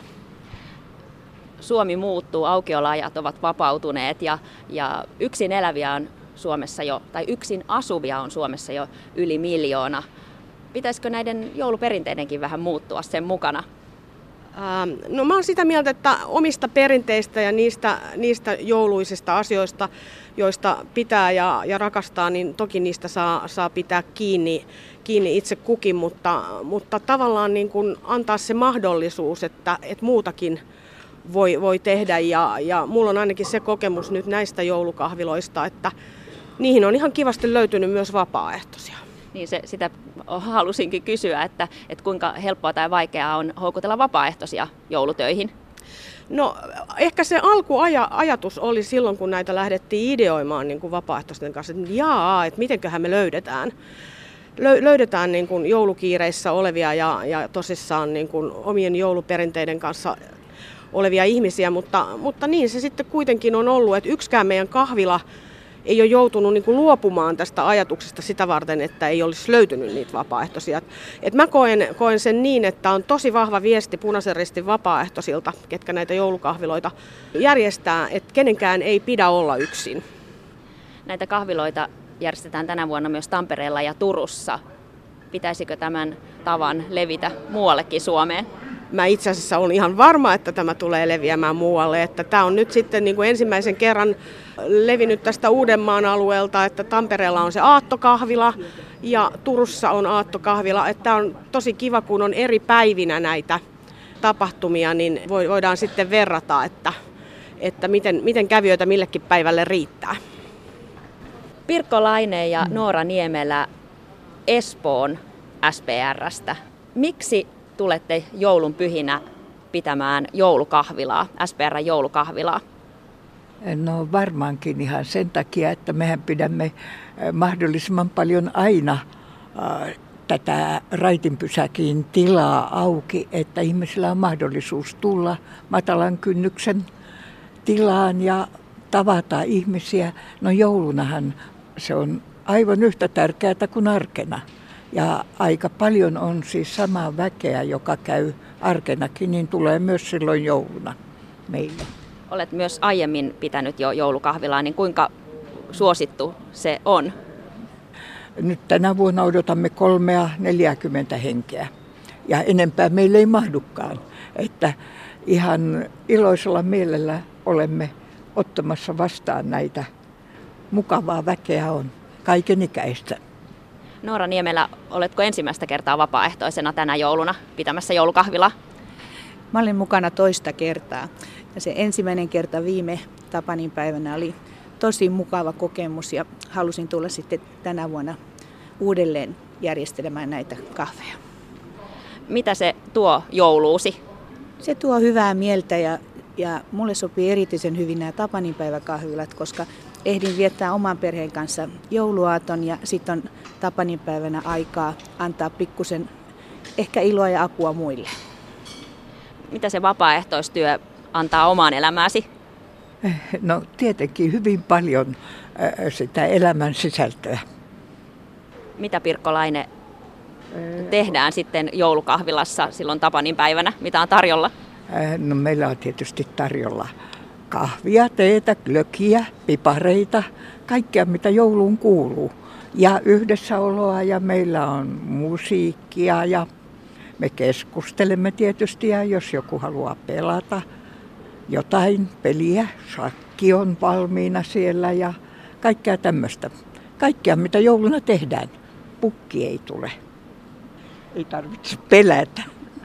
Suomi muuttuu, aukioloajat ovat vapautuneet ja yksin eläviä on Suomessa jo, tai yksin asuvia on Suomessa jo yli 1 miljoona. Pitäisikö näiden jouluperinteidenkin vähän muuttua sen mukana? No mä oon sitä mieltä, että omista perinteistä ja niistä jouluisista asioista, joista pitää ja rakastaa, niin toki niistä saa pitää kiinni itse kukin, mutta tavallaan niin kuin antaa se mahdollisuus, että muutakin voi tehdä ja mulla on ainakin se kokemus nyt näistä joulukahviloista, että niihin on ihan kivasti löytynyt myös vapaaehtoisia. Niin sitä halusinkin kysyä, että kuinka helppoa tai vaikeaa on houkutella vapaaehtoisia joulutöihin? No ehkä se alkuajatus oli silloin, kun näitä lähdettiin ideoimaan niin kuin vapaaehtoisten kanssa, että mitenköhän me löydetään niin kuin joulukiireissä olevia ja tosissaan niin kuin omien jouluperinteiden kanssa olevia ihmisiä, mutta niin se sitten kuitenkin on ollut, että yksikään meidän kahvila ei ole joutunut niin kuin luopumaan tästä ajatuksesta sitä varten, että ei olisi löytynyt niitä vapaaehtoisia. Et mä koen sen niin, että on tosi vahva viesti Punaisen Ristin vapaaehtoisilta, ketkä näitä joulukahviloita järjestää, että kenenkään ei pidä olla yksin. Näitä kahviloita järjestetään tänä vuonna myös Tampereella ja Turussa. Pitäisikö tämän tavan levitä muuallekin Suomeen? Mä itse asiassa olen ihan varma, että tämä tulee leviämään muualle. Että tämä on nyt sitten niin kuin ensimmäisen kerran levinnyt tästä Uudenmaan alueelta, että Tampereella on se aattokahvila ja Turussa on aattokahvila. Että on tosi kiva, kun on eri päivinä näitä tapahtumia, niin voidaan sitten verrata, että miten kävijöitä millekin päivälle riittää. Pirkko Laine ja Noora Niemelä Espoon SPR:stä. Miksi tulette joulunpyhinä pitämään joulukahvilaa, SPR:n joulukahvilaa? No varmaankin ihan sen takia, että mehän pidämme mahdollisimman paljon aina tätä raitinpysäkin tilaa auki, että ihmisillä on mahdollisuus tulla matalan kynnyksen tilaan ja tavata ihmisiä. No joulunahan se on aivan yhtä tärkeää kuin arkena. Ja aika paljon on siis samaa väkeä, joka käy arkenakin, niin tulee myös silloin jouluna meille. Olet myös aiemmin pitänyt jo joulukahvilaa, niin kuinka suosittu se on? Nyt tänä vuonna odotamme 30-40 henkeä ja enempää meille ei mahdukaan. Että ihan iloisella mielellä olemme ottamassa vastaan näitä. Mukavaa väkeä on kaikenikäistä. Noora Niemelä, oletko ensimmäistä kertaa vapaaehtoisena tänä jouluna pitämässä joulukahvilaa? Mä olin mukana toista kertaa ja se ensimmäinen kerta viime tapaninpäivänä oli tosi mukava kokemus ja halusin tulla sitten tänä vuonna uudelleen järjestelemään näitä kahveja. Mitä se tuo jouluusi? Se tuo hyvää mieltä ja mulle sopii erityisen hyvin nämä tapaninpäiväkahvilat, koska ehdin viettää oman perheen kanssa jouluaaton ja sitten on tapaninpäivänä aikaa antaa pikkusen ehkä iloa ja apua muille. Mitä se vapaaehtoistyö antaa omaan elämääsi? No tietenkin hyvin paljon sitä elämän sisältöä. Mitä Pirkko Laine tehdään sitten joulukahvilassa silloin tapaninpäivänä? Mitä on tarjolla? No meillä on tietysti tarjolla kahvia, teetä, glögiä, pipareita, kaikkea mitä jouluun kuuluu. Ja yhdessäoloa ja meillä on musiikkia ja me keskustelemme tietysti ja jos joku haluaa pelata jotain peliä, shakki on valmiina siellä ja kaikkea tämmöistä. Kaikkea mitä jouluna tehdään. Pukki ei tule. Ei tarvitse pelätä.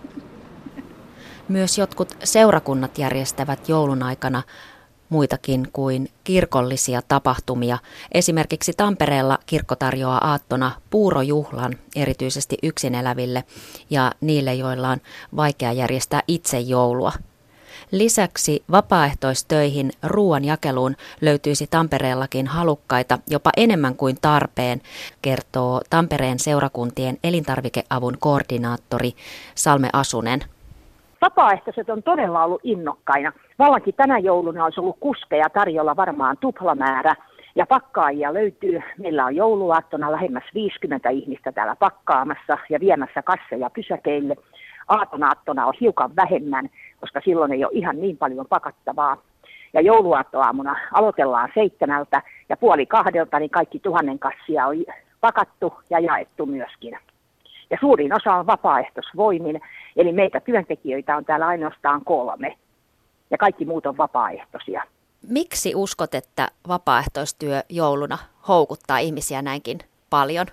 Myös jotkut seurakunnat järjestävät joulun aikana muitakin kuin kirkollisia tapahtumia. Esimerkiksi Tampereella kirkko tarjoaa aattona puurojuhlan erityisesti yksin eläville ja niille, joilla on vaikea järjestää itse joulua. Lisäksi vapaaehtoistöihin ruoan jakeluun löytyisi Tampereellakin halukkaita jopa enemmän kuin tarpeen, kertoo Tampereen seurakuntien elintarvikeavun koordinaattori Salme Asunen. Vapaaehtoiset on todella ollut innokkaina. Vallankin tänä jouluna olisi ollut kuskeja tarjolla varmaan tuplamäärä ja pakkaajia löytyy. Meillä on jouluaattona lähemmäs 50 ihmistä täällä pakkaamassa ja viemässä kasseja pysäkeille. Aatonaattona on hiukan vähemmän, koska silloin ei ole ihan niin paljon pakattavaa. Ja jouluaattoaamuna aloitellaan 7 ja 1:30, niin kaikki 1000 kassia on pakattu ja jaettu myöskin. Ja suurin osa on vapaaehtoisvoimin, eli meitä työntekijöitä on täällä ainoastaan 3. Ja kaikki muut on vapaaehtoisia. Miksi uskot, että vapaaehtoistyö jouluna houkuttaa ihmisiä näinkin paljon?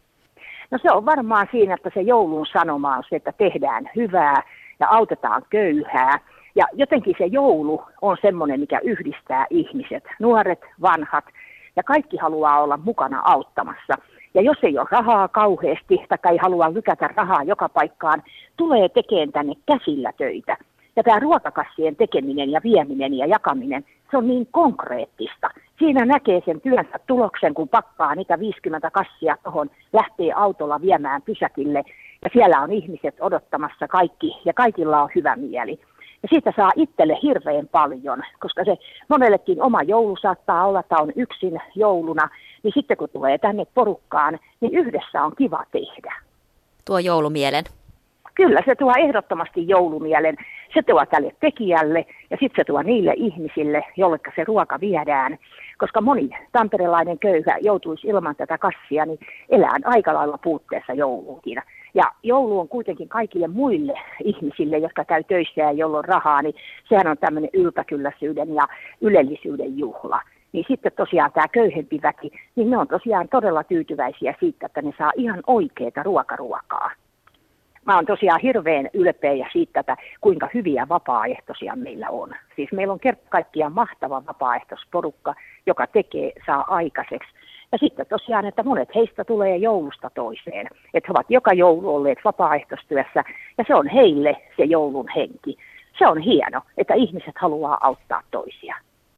No se on varmaan siinä, että se joulun sanoma on se, että tehdään hyvää ja autetaan köyhää. Ja jotenkin se joulu on semmoinen, mikä yhdistää ihmiset, nuoret, vanhat ja kaikki haluaa olla mukana auttamassa. Ja jos ei ole rahaa kauheasti tai ei halua lykätä rahaa joka paikkaan, tulee tekemään tänne käsillä töitä. Ja tämä ruokakassien tekeminen ja vieminen ja jakaminen, se on niin konkreettista. Siinä näkee sen työnsä tuloksen, kun pakkaa niitä 50 kassia tuohon, lähtee autolla viemään pysäkille. Ja siellä on ihmiset odottamassa kaikki ja kaikilla on hyvä mieli. Ja siitä saa itselle hirveän paljon, koska se monellekin oma joulu saattaa olla, että on yksin jouluna. Niin sitten kun tulee tänne porukkaan, niin yhdessä on kiva tehdä. Tuo joulumielen. Kyllä, se tuo ehdottomasti joulumielen. Se tuo tälle tekijälle ja sitten se tuo niille ihmisille, jolle se ruoka viedään. Koska moni tamperelainen köyhä joutuisi ilman tätä kassia, niin elää aika lailla puutteessa jouluunkin. Ja joulu on kuitenkin kaikille muille ihmisille, jotka käy töissä ja jolla on rahaa, niin sehän on tämmöinen yltäkylläisyyden ja ylellisyyden juhla. Niin sitten tosiaan tämä köyhempi väki, niin ne on tosiaan todella tyytyväisiä siitä, että ne saa ihan oikeaa ruokaa. Mä oon tosiaan hirveän ylpeä siitä, että kuinka hyviä vapaaehtoisia meillä on. Siis meillä on kerta kaikkiaan mahtava vapaaehtoisporukka, joka saa aikaiseksi. Ja sitten tosiaan, että monet heistä tulee joulusta toiseen. Että he ovat joka joulu olleet vapaaehtoistyössä ja se on heille se joulun henki. Se on hieno, että ihmiset haluaa auttaa toisia.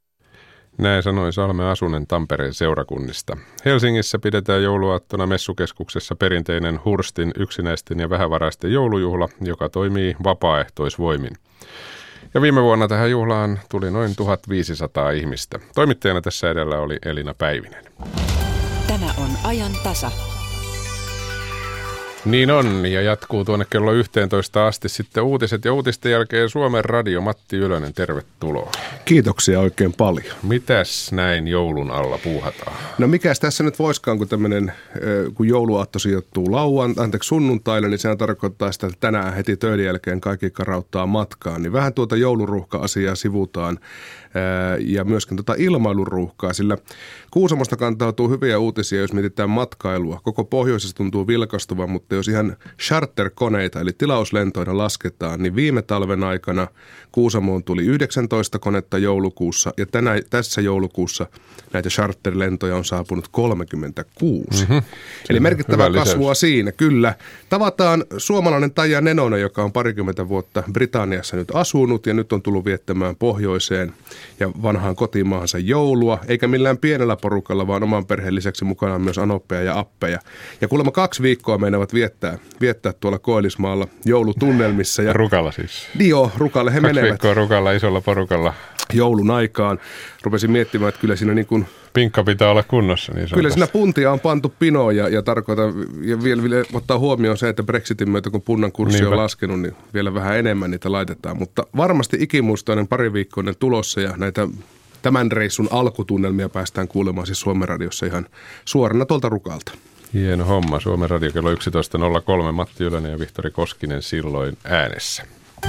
Näin sanoi Salme Asunen Tampereen seurakunnista. Helsingissä pidetään jouluaattona messukeskuksessa perinteinen Hurstin yksinäisten ja vähävaraisten joulujuhla, joka toimii vapaaehtoisvoimin. Ja viime vuonna tähän juhlaan tuli noin 1500 ihmistä. Toimittajana tässä edellä oli Elina Päivinen. Tämä on ajan tasa. Niin on, ja jatkuu tuonne kello 11 asti sitten uutiset ja uutisten jälkeen Suomen Radio. Matti Ylönen, tervetuloa. Kiitoksia oikein paljon. Mitäs näin joulun alla puuhataan? No mikäs tässä nyt voiskaan, kun tämmöinen, kun jouluaatto sijoittuu sunnuntaille, niin sehän tarkoittaa sitä, että tänään heti töiden jälkeen kaikki karauttaa matkaan. Niin vähän tuota jouluruuhka-asiaa sivutaan ja myöskin tuota ilmailuruuhkaa, sillä Kuusamosta kantautuu hyviä uutisia, jos mietitään matkailua. Koko pohjoisessa tuntuu vilkastuvan, mutta jos ihan charterkoneita eli tilauslentoina lasketaan, niin viime talven aikana Kuusamoon tuli 19 konetta joulukuussa ja tässä joulukuussa näitä charterlentoja on saapunut 36. Eli merkittävää kasvua siinä, kyllä. Tavataan suomalainen Taija Nenonen, joka on parikymmentä vuotta Britanniassa nyt asunut ja nyt on tullut viettämään pohjoiseen ja vanhaan kotimaahansa joulua, eikä millään pienellä porukalla, vaan oman perheen lisäksi mukana myös anoppeja ja appeja. Ja kuulemma 2 viikkoa meinaavat viettää tuolla Koillismaalla joulutunnelmissa. Ja Rukalla siis. Joo, Rukalle he 2 menevät. viikkoa Rukalla isolla porukalla. Joulun aikaan. Rupesin miettimään, että kyllä siinä niin kuin pinkka pitää olla kunnossa. Niin kyllä siinä puntia on pantu pinoon ja tarkoitan, ja vielä ottaa huomioon se, että Brexitin myötä, kun punnan kurssi on laskenut, niin vielä vähän enemmän niitä laitetaan. Mutta varmasti ikimuistoinen pariviikkoinen tulossa ja näitä tämän reissun alkutunnelmia päästään kuulemaan siis Suomen Radiossa ihan suorana tuolta Rukalta. Hieno homma. Suomen Radio kello 11.03. Matti Ylönen ja Vihtori Koskinen silloin äänessä.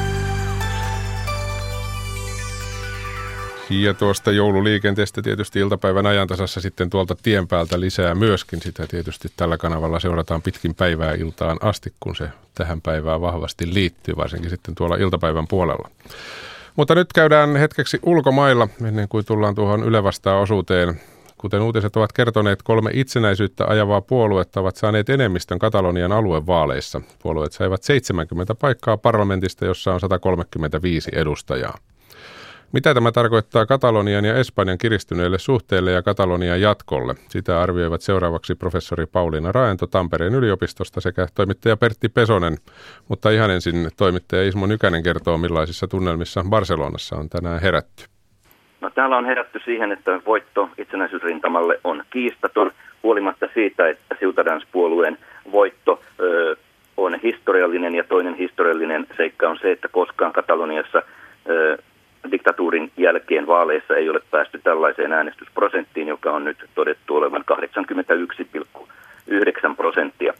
Ja tuosta joululiikenteestä tietysti iltapäivän ajantasassa sitten tuolta tien päältä lisää myöskin. Sitä tietysti tällä kanavalla seurataan pitkin päivää iltaan asti, kun se tähän päivään vahvasti liittyy, varsinkin sitten tuolla iltapäivän puolella. Mutta nyt käydään hetkeksi ulkomailla, ennen kuin tullaan tuohon Yle Vastaa-osuuteen. Kuten uutiset ovat kertoneet, 3 itsenäisyyttä ajavaa puoluetta ovat saaneet enemmistön Katalonian aluevaaleissa. Puolueet saivat 70 paikkaa parlamentista, jossa on 135 edustajaa. Mitä tämä tarkoittaa Katalonian ja Espanjan kiristyneille suhteille ja Katalonian jatkolle? Sitä arvioivat seuraavaksi professori Pauliina Raento Tampereen yliopistosta sekä toimittaja Pertti Pesonen. Mutta ihan ensin toimittaja Ismo Nykänen kertoo, millaisissa tunnelmissa Barcelonassa on tänään herätty. No, täällä on herätty siihen, että voitto itsenäisyysrintamalle on kiistaton, huolimatta siitä, että Ciutadans-puolueen voitto on historiallinen, ja toinen historiallinen seikka on se, että koskaan Kataloniassa diktatuurin jälkeen vaaleissa ei ole päästy tällaiseen äänestysprosenttiin, joka on nyt todettu olevan 81,9%.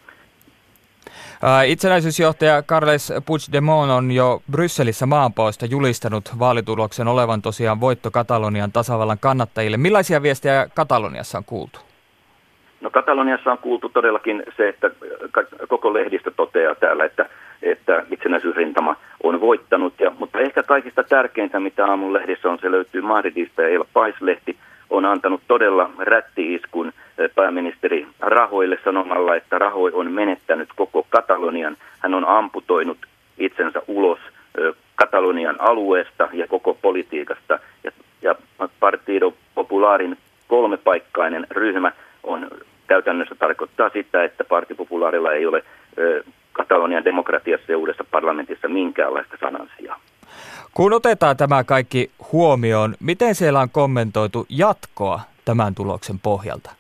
Itsenäisyysjohtaja Carles Puigdemont on jo Brysselissä maanpaosta julistanut vaalituloksen olevan tosiaan voitto Katalonian tasavallan kannattajille. Millaisia viestejä Kataloniassa on kuultu? No, Kataloniassa on kuultu todellakin se, että koko lehdistö toteaa täällä, että itsenäisyysrintama on voittanut. Mutta ehkä kaikista tärkeintä, mitä aamun lehdissä on, se löytyy Madridista, ja El Pais-lehti on antanut todella rätti-iskun pääministeri Rajoylle sanomalla, että Rajoy on menettänyt koko Katalonian. Hän on amputoinut itsensä ulos Katalonian alueesta ja koko politiikasta. Ja Partido Popularin 3-paikkainen ryhmä on käytännössä tarkoittaa sitä, että Parti Popularilla ei ole Katalonian demokratiassa ja uudessa parlamentissa minkäänlaista sanansijaa. Kun otetaan tämä kaikki huomioon, miten siellä on kommentoitu jatkoa tämän tuloksen pohjalta?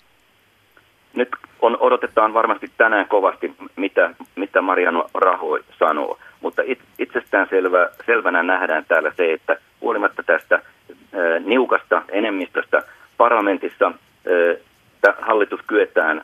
Nyt odotetaan varmasti tänään kovasti, mitä Mariano Rajoy sanoo, mutta itsestään selvänä nähdään täällä se, että huolimatta tästä niukasta enemmistöstä parlamentissa hallitus kyetään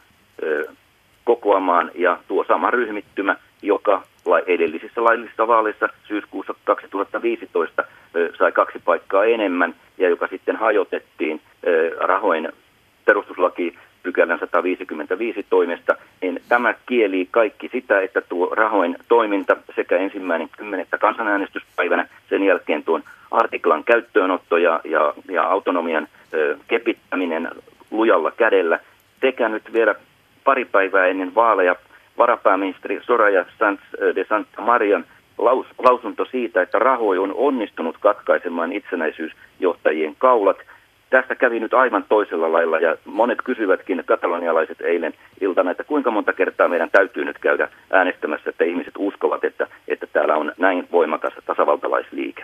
kokoamaan, ja tuo sama ryhmittymä, joka edellisissä laillisissa vaaleissa syyskuussa 2015 sai 2 paikkaa enemmän ja joka sitten hajotettiin Rajoyn perustuslaki pykälän 155 toimesta, niin tämä kielii kaikki sitä, että tuo Rajoyn toiminta sekä 1.10. kansanäänestyspäivänä, sen jälkeen tuon artiklan käyttöönotto ja autonomian kepittäminen lujalla kädellä, sekä nyt vielä pari päivää ennen vaaleja varapääministeri Soraya Sanz de Santa Marian lausunto siitä, että Rajoy on onnistunut katkaisemaan itsenäisyysjohtajien kaulat. Tästä kävi nyt aivan toisella lailla, ja monet kysyvätkin katalonialaiset eilen iltana, että kuinka monta kertaa meidän täytyy nyt käydä äänestämässä, että ihmiset uskovat, että täällä on näin voimakas tasavaltalaisliike.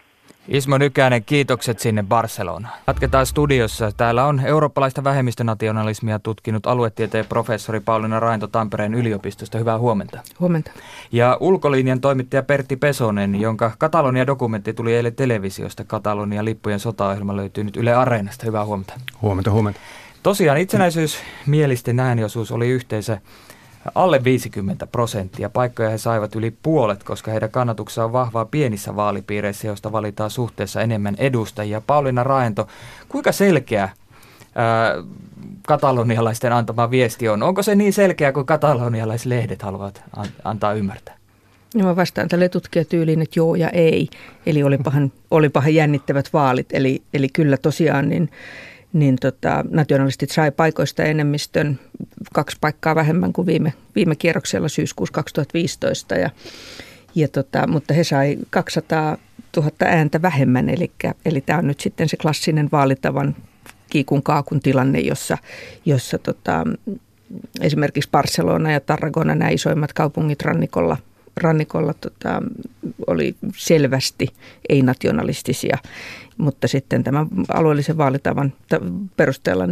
Ismo Nykänen, kiitokset sinne Barcelonaan. Jatketaan studiossa. Täällä on eurooppalaista vähemmistönationalismia tutkinut aluetieteen professori Pauliina Rainto Tampereen yliopistosta. Hyvää huomenta. Huomenta. Ja ulkolinjan toimittaja Pertti Pesonen, jonka Katalonia-dokumentti tuli eilen televisiosta. Katalonia lippujen sotaohjelma löytyy nyt Yle Areenasta. Hyvää huomenta. Huomenta. Tosiaan itsenäisyysmielisten ääniosuus oli yhteensä alle 50%. Paikkoja he saivat yli puolet, koska heidän kannatuksensa on vahvaa pienissä vaalipiireissä, joista valitaan suhteessa enemmän edustajia. Pauliina Raento, kuinka selkeä katalonialaisten antama viesti on? Onko se niin selkeä kuin katalonialaislehdet haluavat antaa ymmärtää? No mä vastaan tälle tutkijatyyliin, että joo ja ei. Eli olipahan jännittävät vaalit. Eli kyllä tosiaan nationalistit sai paikoista enemmistön 2 paikkaa vähemmän kuin viime kierroksella syyskuussa 2015. Mutta he sai 200 000 ääntä vähemmän. Eli tämä on nyt sitten se klassinen vaalitavan kiikun kaakun tilanne, jossa esimerkiksi Barcelona ja Tarragona, nämä isoimmat kaupungit rannikolla oli selvästi ei-nationalistisia, mutta sitten tämän alueellisen vaalitavan perusteella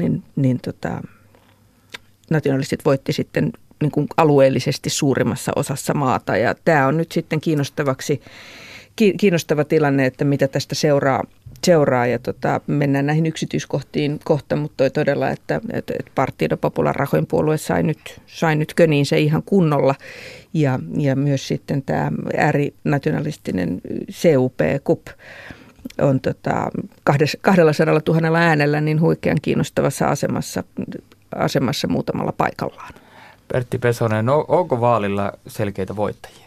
nationalistit voitti sitten niin kuin alueellisesti suurimmassa osassa maata. Ja tämä on nyt sitten kiinnostava tilanne, että mitä tästä seuraa ja mennään näihin yksityiskohtiin kohta, mutta toi todella, että Partido Popular Rajoyn puolue sai nyt köniin se ihan kunnolla ja myös sitten tämä äärinationalistinen CUP on 200 000 äänellä niin huikean kiinnostavassa asemassa muutamalla paikallaan. Pertti Pesonen, onko vaalilla selkeitä voittajia?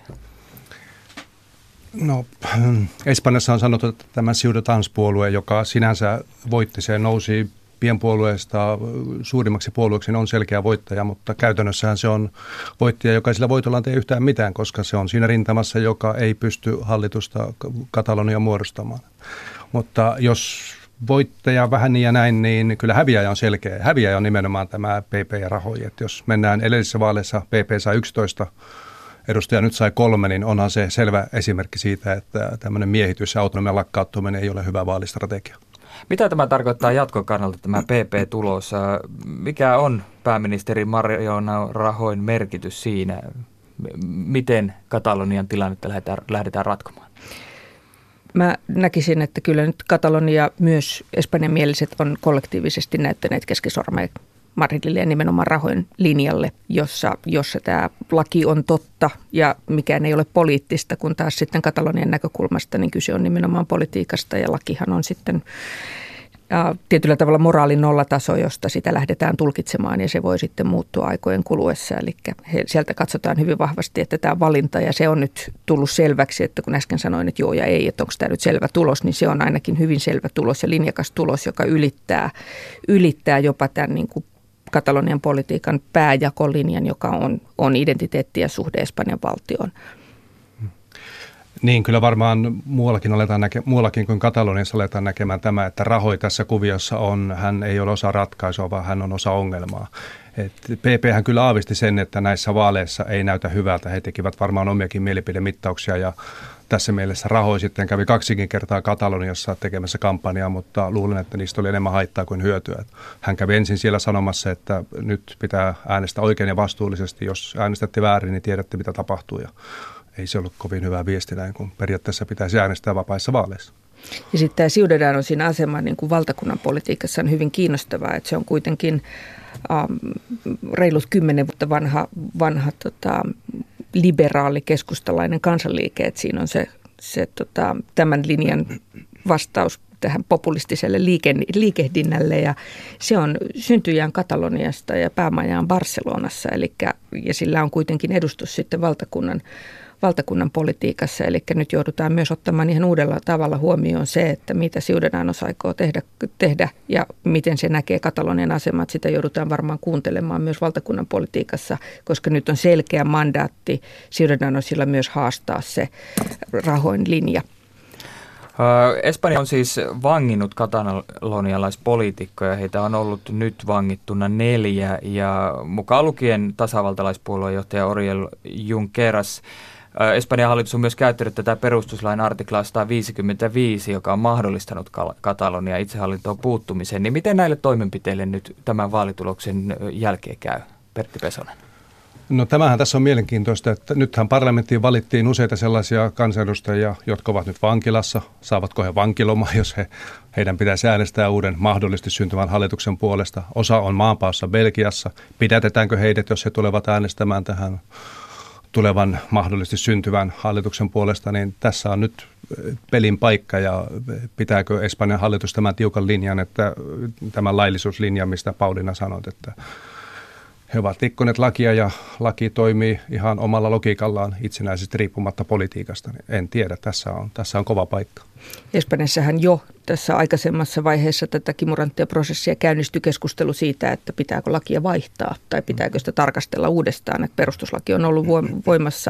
No, Espanjassa on sanottu, että tämä Ciudadanos-puolue, joka sinänsä voitti, se nousi pienpuolueesta suurimmaksi puolueeksi, on selkeä voittaja, mutta käytännössähän se on voittaja, joka ei sillä voitollaan tee yhtään mitään, koska se on siinä rintamassa, joka ei pysty hallitusta Katalonia muodostamaan. Mutta jos voittaja vähän niin ja näin, niin kyllä häviäjä on selkeä. Häviäjä on nimenomaan tämä PP ja Rajoy. Että jos mennään edellisissä vaaleissa, PP sai 11 edustaja nyt sai 3, niin onhan se selvä esimerkki siitä, että tämmöinen miehitys ja autonomian lakkauttaminen ei ole hyvä vaalistrategia. Mitä tämä tarkoittaa jatkon kannalta, tämä PP-tulos? Mikä on pääministeri Mariano Rajoyn merkitys siinä? Miten Katalonian tilannetta lähdetään ratkomaan? Mä näkisin, että kyllä nyt Katalonia myös espanjanmieliset on kollektiivisesti näyttäneet keskisormea Madridille ja nimenomaan Rajoyn linjalle, jossa tämä laki on totta ja mikään ei ole poliittista, kun taas sitten Katalonian näkökulmasta niin kyse on nimenomaan politiikasta ja lakihan on sitten tietyllä tavalla moraalin nollataso, josta sitä lähdetään tulkitsemaan ja se voi sitten muuttua aikojen kuluessa. Eli sieltä katsotaan hyvin vahvasti, että tämä valinta ja se on nyt tullut selväksi, että kun äsken sanoin, että joo ja ei, että onko tämä nyt selvä tulos, niin se on ainakin hyvin selvä tulos ja linjakas tulos, joka ylittää jopa tämän niin kuin Katalonian politiikan pääjakolinjan, joka on identiteetti ja suhde Espanjan valtioon. Niin, kyllä varmaan muuallakin kuin Kataloniassa aletaan näkemään tämä, että Rajoy tässä kuviossa hän ei ole osa ratkaisua, vaan hän on osa ongelmaa. PPhän kyllä aavisti sen, että näissä vaaleissa ei näytä hyvältä. He tekivät varmaan omiakin mielipidemittauksia ja tässä mielessä Rajoy sitten kävi 2 kertaa Kataloniassa tekemässä kampanjaa, mutta luulen, että niistä oli enemmän haittaa kuin hyötyä. Hän kävi ensin siellä sanomassa, että nyt pitää äänestää oikein ja vastuullisesti. Jos äänestätte väärin, niin tiedätte mitä tapahtuu. Ja ei se ollut kovin hyvä viesti näin, kun periaatteessa pitäisi äänestää vapaissa vaaleissa. Ja sitten tämä Ciudadanosin asema niin kuin valtakunnan politiikassa on hyvin kiinnostavaa, että se on kuitenkin reilut 10 vuotta vanha liberaali keskustalainen kansanliike, että siinä on se tämän linjan vastaus tähän populistiselle liikehdinnälle ja se on syntyjään Kataloniasta ja päämajaan Barcelonassa, ja sillä on kuitenkin edustus sitten valtakunnan politiikassa, eli nyt joudutaan myös ottamaan ihan uudella tavalla huomioon se, että mitä Ciudadanos aikoo tehdä ja miten se näkee Katalonian asemat. Sitä joudutaan varmaan kuuntelemaan myös valtakunnan politiikassa, koska nyt on selkeä mandaatti Ciudadanosilla myös haastaa se Rajoyn linja. Espanja on siis vanginnut katalonialaispoliitikkoja. Heitä on ollut nyt vangittuna 4 ja mukaan lukien tasavaltalaispuolueen johtaja Oriol Junqueras. Espanjan hallitus on myös käyttänyt tätä perustuslain artiklaa 155, joka on mahdollistanut Katalonian itsehallintoon puuttumisen. Niin miten näille toimenpiteille nyt tämän vaalituloksen jälkeen käy, Pertti Pesonen? No tämähän tässä on mielenkiintoista, että nythän parlamenttiin valittiin useita sellaisia kansanedustajia, jotka ovat nyt vankilassa. Saavatko he vankilomaa, jos heidän pitäisi äänestää uuden mahdollisesti syntyvän hallituksen puolesta. Osa on maanpaossa Belgiassa. Pidätetäänkö heidät, jos he tulevat äänestämään tähän tulevan mahdollisesti syntyvän hallituksen puolesta, niin tässä on nyt pelin paikka ja pitääkö Espanjan hallitus tämän tiukan linjan, että tämän laillisuuslinjan, mistä Pauliina sanoit, että he ovat rikkoneet lakia ja laki toimii ihan omalla logiikallaan itsenäisesti riippumatta politiikasta. En tiedä, tässä on kova paikka. Espanjassahan jo tässä aikaisemmassa vaiheessa tätä kimuranttia prosessia käynnistyi keskustelu siitä, että pitääkö lakia vaihtaa tai pitääkö sitä tarkastella uudestaan. Että perustuslaki on ollut voimassa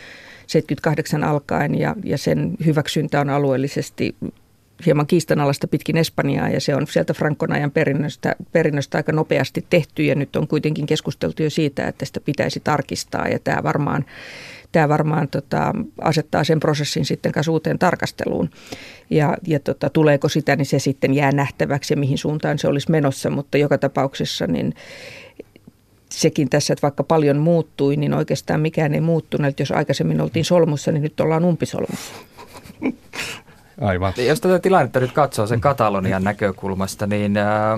78 alkaen ja sen hyväksyntä on alueellisesti hieman kiistanalaista pitkin Espanjaa ja se on sieltä Francon ajan perinnöstä aika nopeasti tehty ja nyt on kuitenkin keskusteltu jo siitä, että sitä pitäisi tarkistaa ja tämä varmaan asettaa sen prosessin sitten kanssa uuteen tarkasteluun ja tuleeko sitä, niin se sitten jää nähtäväksi ja mihin suuntaan se olisi menossa, mutta joka tapauksessa niin sekin tässä, että vaikka paljon muuttui, niin oikeastaan mikään ei muuttunut, että jos aikaisemmin oltiin solmussa, niin nyt ollaan umpisolmussa. Aivan. Jos tätä tilannetta nyt katsoo sen Katalonian näkökulmasta, niin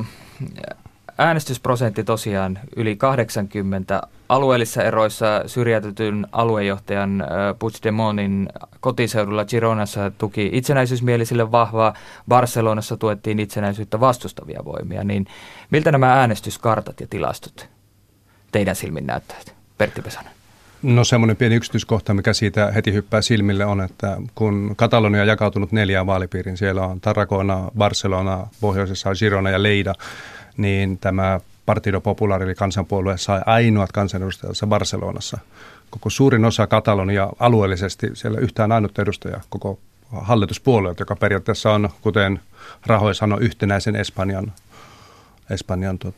äänestysprosentti tosiaan yli 80. Alueellisissa eroissa syrjäytetyn aluejohtajan Puigdemontin kotiseudulla Gironassa tuki itsenäisyysmielisille vahvaa. Barcelonassa tuettiin itsenäisyyttä vastustavia voimia. Niin miltä nämä äänestyskartat ja tilastot teidän silmin näyttävät? Pertti Pesonen. No semmoinen pieni yksityiskohta, mikä siitä heti hyppää silmille on, että kun Katalonia on jakautunut 4 vaalipiiriin, siellä on Tarragona, Barcelona, pohjoisessa on Girona ja Lleida, niin tämä Partido Popular eli kansanpuolue sai ainoat kansanedustajansa Barcelonassa. Koko suurin osa Katalonia alueellisesti, siellä yhtään ainutta edustajaa, koko hallituspuolueet, joka periaatteessa on, kuten Rajoy sanoi, yhtenäisen Espanjan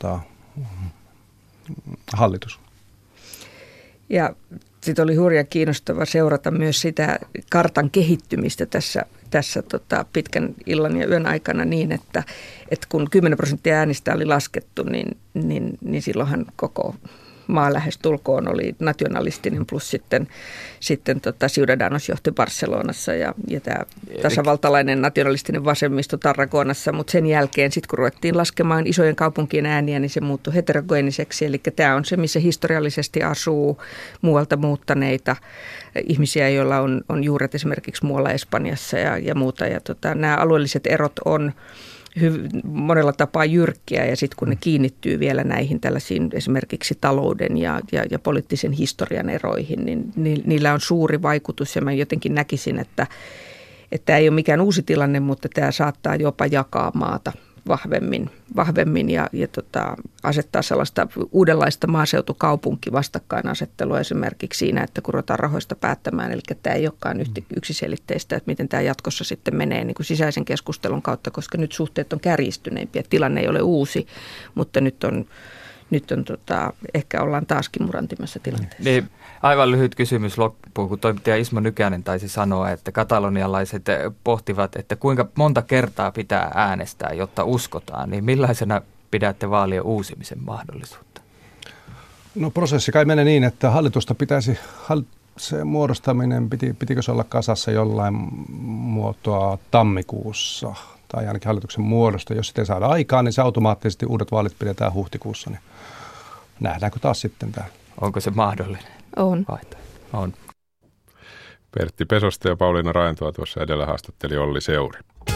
hallitus. Ja sitten oli hurja kiinnostava seurata myös sitä kartan kehittymistä tässä pitkän illan ja yön aikana niin, että kun 10% äänistä oli laskettu, niin silloinhan koko maa lähestulkoon oli nationalistinen plus sitten Ciudadanos johti Barcelonassa ja tämä tasavaltalainen nationalistinen vasemmisto Tarragonassa, mutta sen jälkeen sitten kun ruvettiin laskemaan isojen kaupunkien ääniä, niin se muuttui heterogeeniseksi, eli tämä on se, missä historiallisesti asuu muualta muuttaneita ihmisiä, joilla on juuret esimerkiksi muualla Espanjassa ja muuta, ja nämä alueelliset erot on monella tapaa jyrkkiä ja sitten kun ne kiinnittyy vielä näihin tällaisiin esimerkiksi talouden ja poliittisen historian eroihin, niin niillä on suuri vaikutus ja mä jotenkin näkisin, että tämä ei ole mikään uusi tilanne, mutta tämä saattaa jopa jakaa maata vahvemmin ja asettaa sellaista uudenlaista maaseutukaupunki-vastakkainasettelua esimerkiksi siinä, että kun ruvetaan rahoista päättämään, eli tämä ei olekaan yksiselitteistä, että miten tämä jatkossa sitten menee niin kuin sisäisen keskustelun kautta, koska nyt suhteet on kärjistyneimpiä, tilanne ei ole uusi, mutta nyt on ehkä ollaan taaskin murantimassa tilanteessa. Niin, aivan lyhyt kysymys loppuun, kun toimittaja Ismo Nykänen taisi sanoa, että katalonialaiset pohtivat, että kuinka monta kertaa pitää äänestää, jotta uskotaan, niin millaisena pidätte vaalien uusimisen mahdollisuutta? No prosessi kai menee niin, että hallitusta pitäisi, se muodostaminen, pitikö se olla kasassa jollain muotoa tammikuussa tai ainakin hallituksen muodosta. Jos sitä ei saada aikaan, niin se automaattisesti uudet vaalit pidetään huhtikuussa. Niin nähdäänkö taas sitten tämä? Onko se mahdollinen? On. Pertti Pesosta ja Pauliina Raentoa tuossa edellä haastatteli Olli Seuri.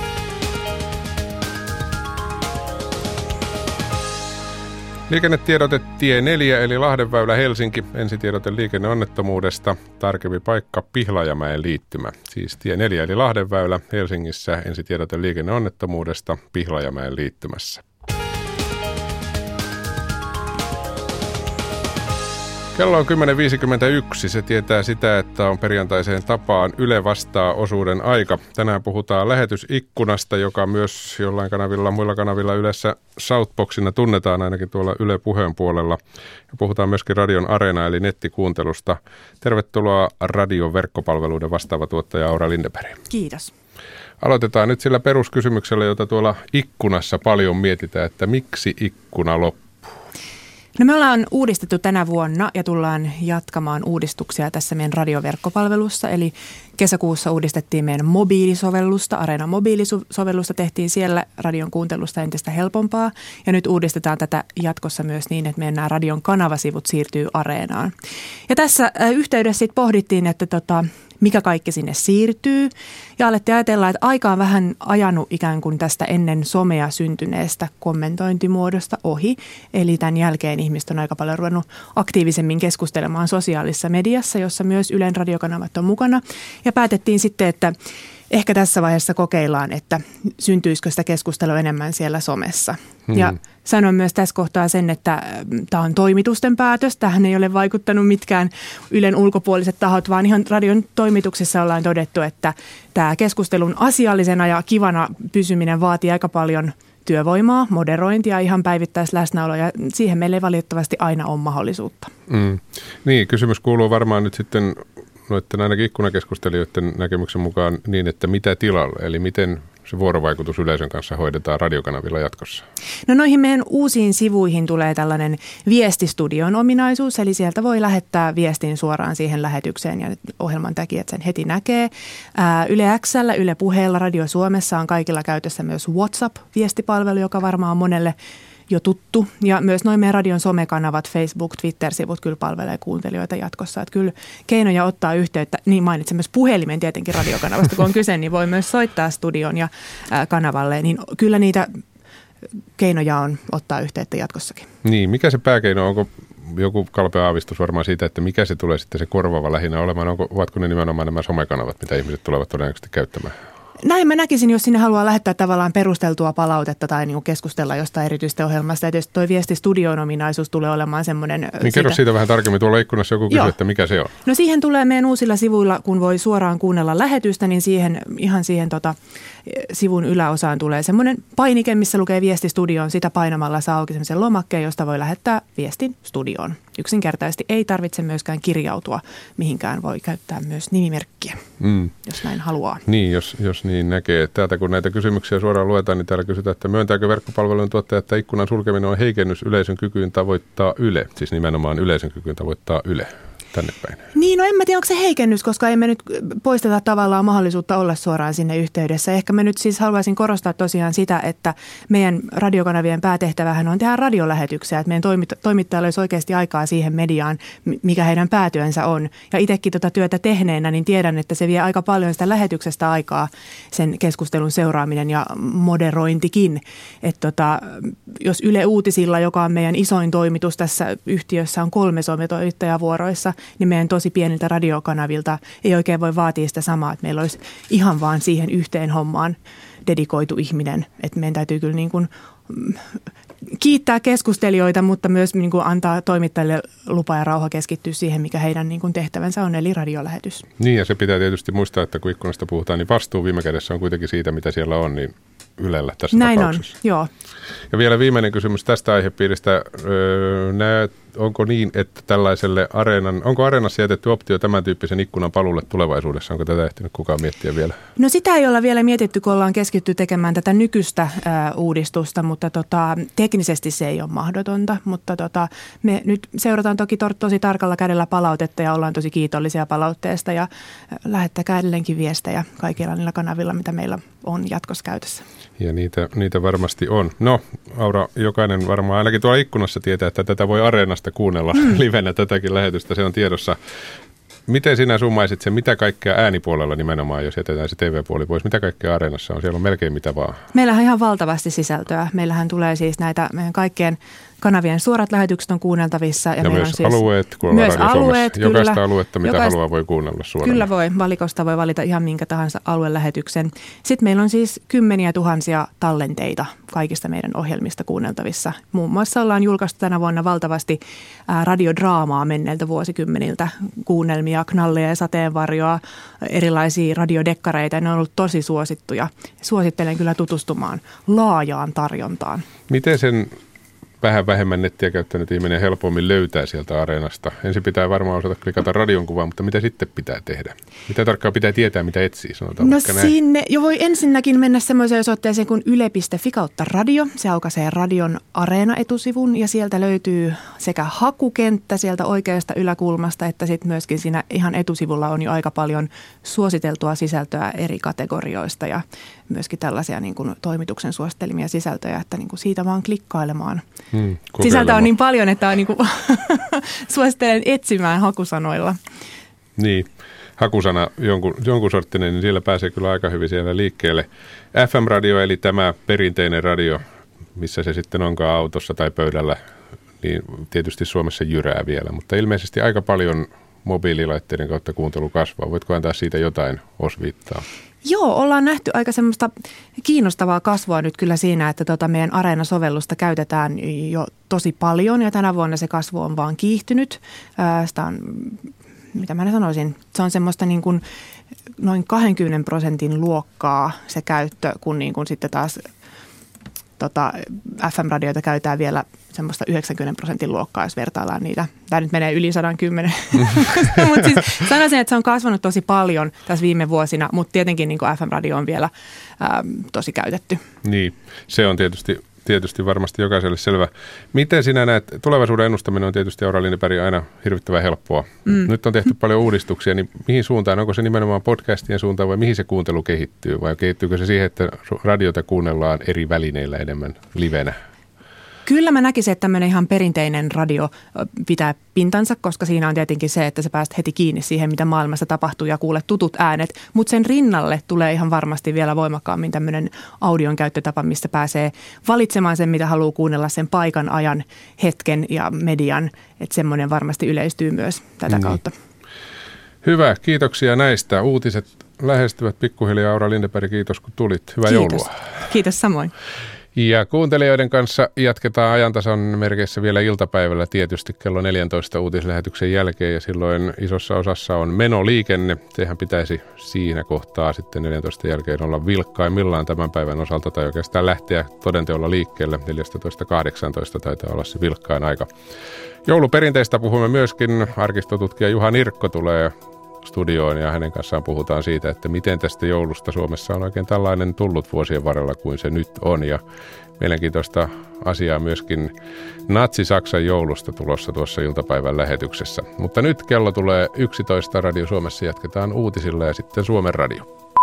Liikennetiedote tie 4 eli Lahdenväylä Helsinki. Ensitiedote liikenneonnettomuudesta. Tarkempi paikka Pihlajamäen liittymä. Siis tie 4 eli Lahdenväylä Helsingissä. Ensitiedote liikenneonnettomuudesta Pihlajamäen liittymässä. Kello on 10.51. Se tietää sitä, että on perjantaiseen tapaan Yle vastaa -osuuden aika. Tänään puhutaan lähetysikkunasta, joka myös jollain kanavilla, muilla kanavilla Ylessä Southboxina tunnetaan ainakin tuolla Yle Puheen puolella. Ja puhutaan myöskin Radion Areena eli nettikuuntelusta. Tervetuloa radion verkkopalveluiden vastaava tuottaja Aura Lindeberg. Kiitos. Aloitetaan nyt sillä peruskysymyksellä, jota tuolla ikkunassa paljon mietitään, että miksi ikkuna loppuu? No me ollaan uudistettu tänä vuonna ja tullaan jatkamaan uudistuksia tässä meidän radioverkkopalvelussa. Eli kesäkuussa uudistettiin meidän mobiilisovellusta, Areena mobiilisovellusta, tehtiin siellä radion kuuntelusta entistä helpompaa. Ja nyt uudistetaan tätä jatkossa myös niin, että meidän nämä radion kanavasivut siirtyy Areenaan. Ja tässä yhteydessä sitten pohdittiin, että mikä kaikki sinne siirtyy. Ja alettiin ajatella, että aika on vähän ajanut ikään kuin tästä ennen somea syntyneestä kommentointimuodosta ohi. Eli tämän jälkeen ihmiset on aika paljon ruvennut aktiivisemmin keskustelemaan sosiaalisessa mediassa, jossa myös Ylen radiokanavat on mukana. Ja päätettiin sitten, että ehkä tässä vaiheessa kokeillaan, että syntyisikö sitä keskustelua enemmän siellä somessa. Ja sanon myös tässä kohtaa sen, että tämä on toimitusten päätös. Tähän ei ole vaikuttanut mitkään Ylen ulkopuoliset tahot, vaan ihan radion toimituksessa ollaan todettu, että tämä keskustelun asiallisena ja kivana pysyminen vaatii aika paljon työvoimaa, moderointia, ihan päivittäisläsnäoloa, ja siihen meillä ei valitettavasti aina ole mahdollisuutta. Niin, kysymys kuuluu varmaan nyt sitten noiden ainakin ikkunakeskustelijoiden näkemyksen mukaan niin, että mitä tilalle, eli miten se vuorovaikutus yleisön kanssa hoidetaan radiokanavilla jatkossa? No noihin meidän uusiin sivuihin tulee tällainen viestistudion ominaisuus, eli sieltä voi lähettää viestin suoraan siihen lähetykseen ja ohjelman tekijät sen heti näkee. Yle X:llä, Yle Puheella, Radio Suomessa on kaikilla käytössä myös WhatsApp-viestipalvelu, joka varmaan on monelle jo tuttu. Ja myös noin meidän radion somekanavat, Facebook, Twitter-sivut kyllä palvelee kuuntelijoita jatkossa. Että kyllä keinoja ottaa yhteyttä, niin mainitsen myös puhelimen tietenkin radiokanavasta, kun on kyse, niin voi myös soittaa studion ja kanavalle. Niin kyllä niitä keinoja on ottaa yhteyttä jatkossakin. Niin, mikä se pääkeino, onko joku kalpea aavistus varmaan siitä, että mikä se tulee sitten se korvaava lähinnä olemaan? Ovatko ne nimenomaan nämä somekanavat, mitä ihmiset tulevat todennäköisesti käyttämään? Näin mä näkisin, jos sinne haluaa lähettää tavallaan perusteltua palautetta tai niinku keskustella jostain erityisestä ohjelmasta. Ja tietysti tuo viestistudion ominaisuus tulee olemaan semmoinen. Niin kerro siitä vähän tarkemmin. Tuolla ikkunassa joku kysyy, että mikä se on. No siihen tulee meidän uusilla sivuilla, kun voi suoraan kuunnella lähetystä, niin siihen sivun yläosaan tulee semmoinen painike, missä lukee viestistudioon. Sitä painamalla saa auki semmoisen lomakkeen, josta voi lähettää viestin studioon. Yksinkertaisesti ei tarvitse myöskään kirjautua mihinkään. Voi käyttää myös nimimerkkiä, jos näin haluaa. Niin, jos niin näkee. Täältä kun näitä kysymyksiä suoraan luetaan, niin täällä kysytään, että myöntääkö verkkopalvelun tuottaja, että ikkunan sulkeminen on heikennys yleisön kykyyn tavoittaa Yle. Siis nimenomaan yleisön kykyyn tavoittaa Yle. Tänne päin. Niin, no en mä tiedä, onko se heikennys, koska emme nyt poisteta tavallaan mahdollisuutta olla suoraan sinne yhteydessä. Ehkä mä nyt siis haluaisin korostaa tosiaan sitä, että meidän radiokanavien päätehtävähän on tehdä radiolähetyksiä, että meidän toimittajilla olisi oikeasti aikaa siihen mediaan, mikä heidän päätyönsä on. Ja itsekin tuota työtä tehneenä, niin tiedän, että se vie aika paljon sitä lähetyksestä aikaa, sen keskustelun seuraaminen ja moderointikin. Että jos Yle Uutisilla, joka on meidän isoin toimitus tässä yhtiössä, on 3 sometoimittajaa vuoroissa, niin meidän tosi pieniltä radiokanavilta ei oikein voi vaatia sitä samaa, että meillä olisi ihan vaan siihen yhteen hommaan dedikoitu ihminen. Että meidän täytyy kyllä niin kuin kiittää keskustelijoita, mutta myös niin kuin antaa toimittajille lupa ja rauha keskittyä siihen, mikä heidän niin kuin tehtävänsä on, eli radiolähetys. Niin, ja se pitää tietysti muistaa, että kun ikkunasta puhutaan, niin vastuu viime kädessä on kuitenkin siitä, mitä siellä on, niin Ylellä tässä näin tapauksessa. Näin on, joo. Ja vielä viimeinen kysymys tästä aihepiiristä. Onko niin, että tällaiselle onko Areenassa jätetty optio tämän tyyppisen ikkunan paluulle tulevaisuudessa? Onko tätä ehtinyt kukaan miettiä vielä? No sitä ei olla vielä mietitty, kun ollaan keskitty tekemään tätä nykyistä uudistusta, mutta teknisesti se ei ole mahdotonta. Mutta me nyt seurataan toki tosi tarkalla kädellä palautetta ja ollaan tosi kiitollisia palautteesta ja lähettäkää edelleenkin viestejä kaikilla niillä kanavilla, mitä meillä on jatkossa käytössä. Ja niitä varmasti on. No, Aura, jokainen varmaan ainakin tuolla ikkunassa tietää, että tätä voi Areenasta kuunnella livenä tätäkin lähetystä. Se on tiedossa. Miten sinä summaisit sen, mitä kaikkea äänipuolella nimenomaan, jos jätetään se TV-puoli pois, mitä kaikkea Areenassa on? Siellä on melkein mitä vaan. Meillähän on ihan valtavasti sisältöä. Meillähän tulee siis näitä meidän kaikkien kanavien suorat lähetykset on kuunneltavissa. Ja myös siis alueet, kun ollaan Radio Suomessa. Jokaista aluetta, mitä haluaa, voi kuunnella suoraan. Kyllä voi. Valikosta voi valita ihan minkä tahansa aluelähetyksen. Sitten meillä on siis kymmeniä tuhansia tallenteita kaikista meidän ohjelmista kuunneltavissa. Muun muassa ollaan julkaistu tänä vuonna valtavasti radiodraamaa menneiltä vuosikymmeniltä. Kuunnelmia, knalleja ja sateenvarjoa, erilaisia radiodekkareita. Ne on ollut tosi suosittuja. Suosittelen kyllä tutustumaan laajaan tarjontaan. Miten sen vähän vähemmän nettiä käyttänyt ihminen helpommin löytää sieltä Areenasta? Ensin pitää varmaan osata klikata radion kuvaa, mutta mitä sitten pitää tehdä? Mitä tarkkaan pitää tietää, mitä etsii? Sanotaan no sinne jo voi ensinnäkin mennä semmoiseen osoitteeseen kuin yle.fi/radio. Se aukaisee radion Areena-etusivun ja sieltä löytyy sekä hakukenttä sieltä oikeasta yläkulmasta, että sitten myöskin siinä ihan etusivulla on jo aika paljon suositeltua sisältöä eri kategorioista ja myöskin tällaisia niin kuin toimituksen suosittelimia sisältöjä, että niin kuin siitä vaan klikkailemaan. Sisältöä on niin paljon, että on niin kuin suosittelen etsimään hakusanoilla. Niin, hakusana jonkun sorttinen, niin siellä pääsee kyllä aika hyvin siellä liikkeelle. FM-radio eli tämä perinteinen radio, missä se sitten onkaan autossa tai pöydällä, niin tietysti Suomessa jyrää vielä, mutta ilmeisesti aika paljon mobiililaitteiden kautta kuuntelu kasvaa. Voitko antaa siitä jotain osviittaa? Joo, ollaan nähty aika semmoista kiinnostavaa kasvua nyt kyllä siinä, että meidän Areena-sovellusta käytetään jo tosi paljon ja tänä vuonna se kasvu on vaan kiihtynyt. Sitä on, mitä mä sanoisin, se on semmoista niin kuin noin 20% luokkaa se käyttö, kun niin kuin sitten taas FM-radioita käytetään vielä semmoista 90% luokkaa, jos vertaillaan niitä. Tämä nyt menee yli 110. Mutta siis sanoisin, että se on kasvanut tosi paljon tässä viime vuosina, mutta tietenkin niin kuin FM-radio on vielä tosi käytetty. Niin, se on tietysti varmasti jokaiselle selvä. Miten sinä näet, tulevaisuuden ennustaminen on tietysti Aura Lindeberg aina hirvittävän helppoa. Nyt on tehty paljon uudistuksia, niin mihin suuntaan, onko se nimenomaan podcastien suuntaan vai mihin se kuuntelu kehittyy? Vai kehittyykö se siihen, että radiota kuunnellaan eri välineillä enemmän livenä? Kyllä mä näkisin, että tämmöinen ihan perinteinen radio pitää pintansa, koska siinä on tietenkin se, että sä pääset heti kiinni siihen, mitä maailmassa tapahtuu ja kuulet tutut äänet. Mutta sen rinnalle tulee ihan varmasti vielä voimakkaammin tämmöinen audion käyttötapa, mistä pääsee valitsemaan sen, mitä haluaa kuunnella, sen paikan, ajan, hetken ja median. Että semmoinen varmasti yleistyy myös tätä kautta. Hyvä, kiitoksia näistä. Uutiset lähestyvät pikkuhiljaa. Aura Lindeberg, kiitos kun tulit. Hyvää joulua. Kiitos samoin. Ja kuuntelijoiden kanssa jatketaan ajantasan merkeissä vielä iltapäivällä tietysti kello 14 uutislähetyksen jälkeen ja silloin isossa osassa on menoliikenne. Sehän pitäisi siinä kohtaa sitten 14 jälkeen olla vilkkaimmillaan tämän päivän osalta tai oikeastaan lähteä todenteolla liikkeelle. 14.18 taitaa olla se vilkkain aika. Jouluperinteistä puhumme myöskin. Arkistotutkija Juha Nirkko tulee studioon ja hänen kanssaan puhutaan siitä, että miten tästä joulusta Suomessa on oikein tällainen tullut vuosien varrella kuin se nyt on. Ja mielenkiintoista asiaa myöskin Natsi-Saksan joulusta tulossa tuossa iltapäivän lähetyksessä. Mutta nyt kello tulee 11 Radio Suomessa, jatketaan uutisilla ja sitten Suomen Radio.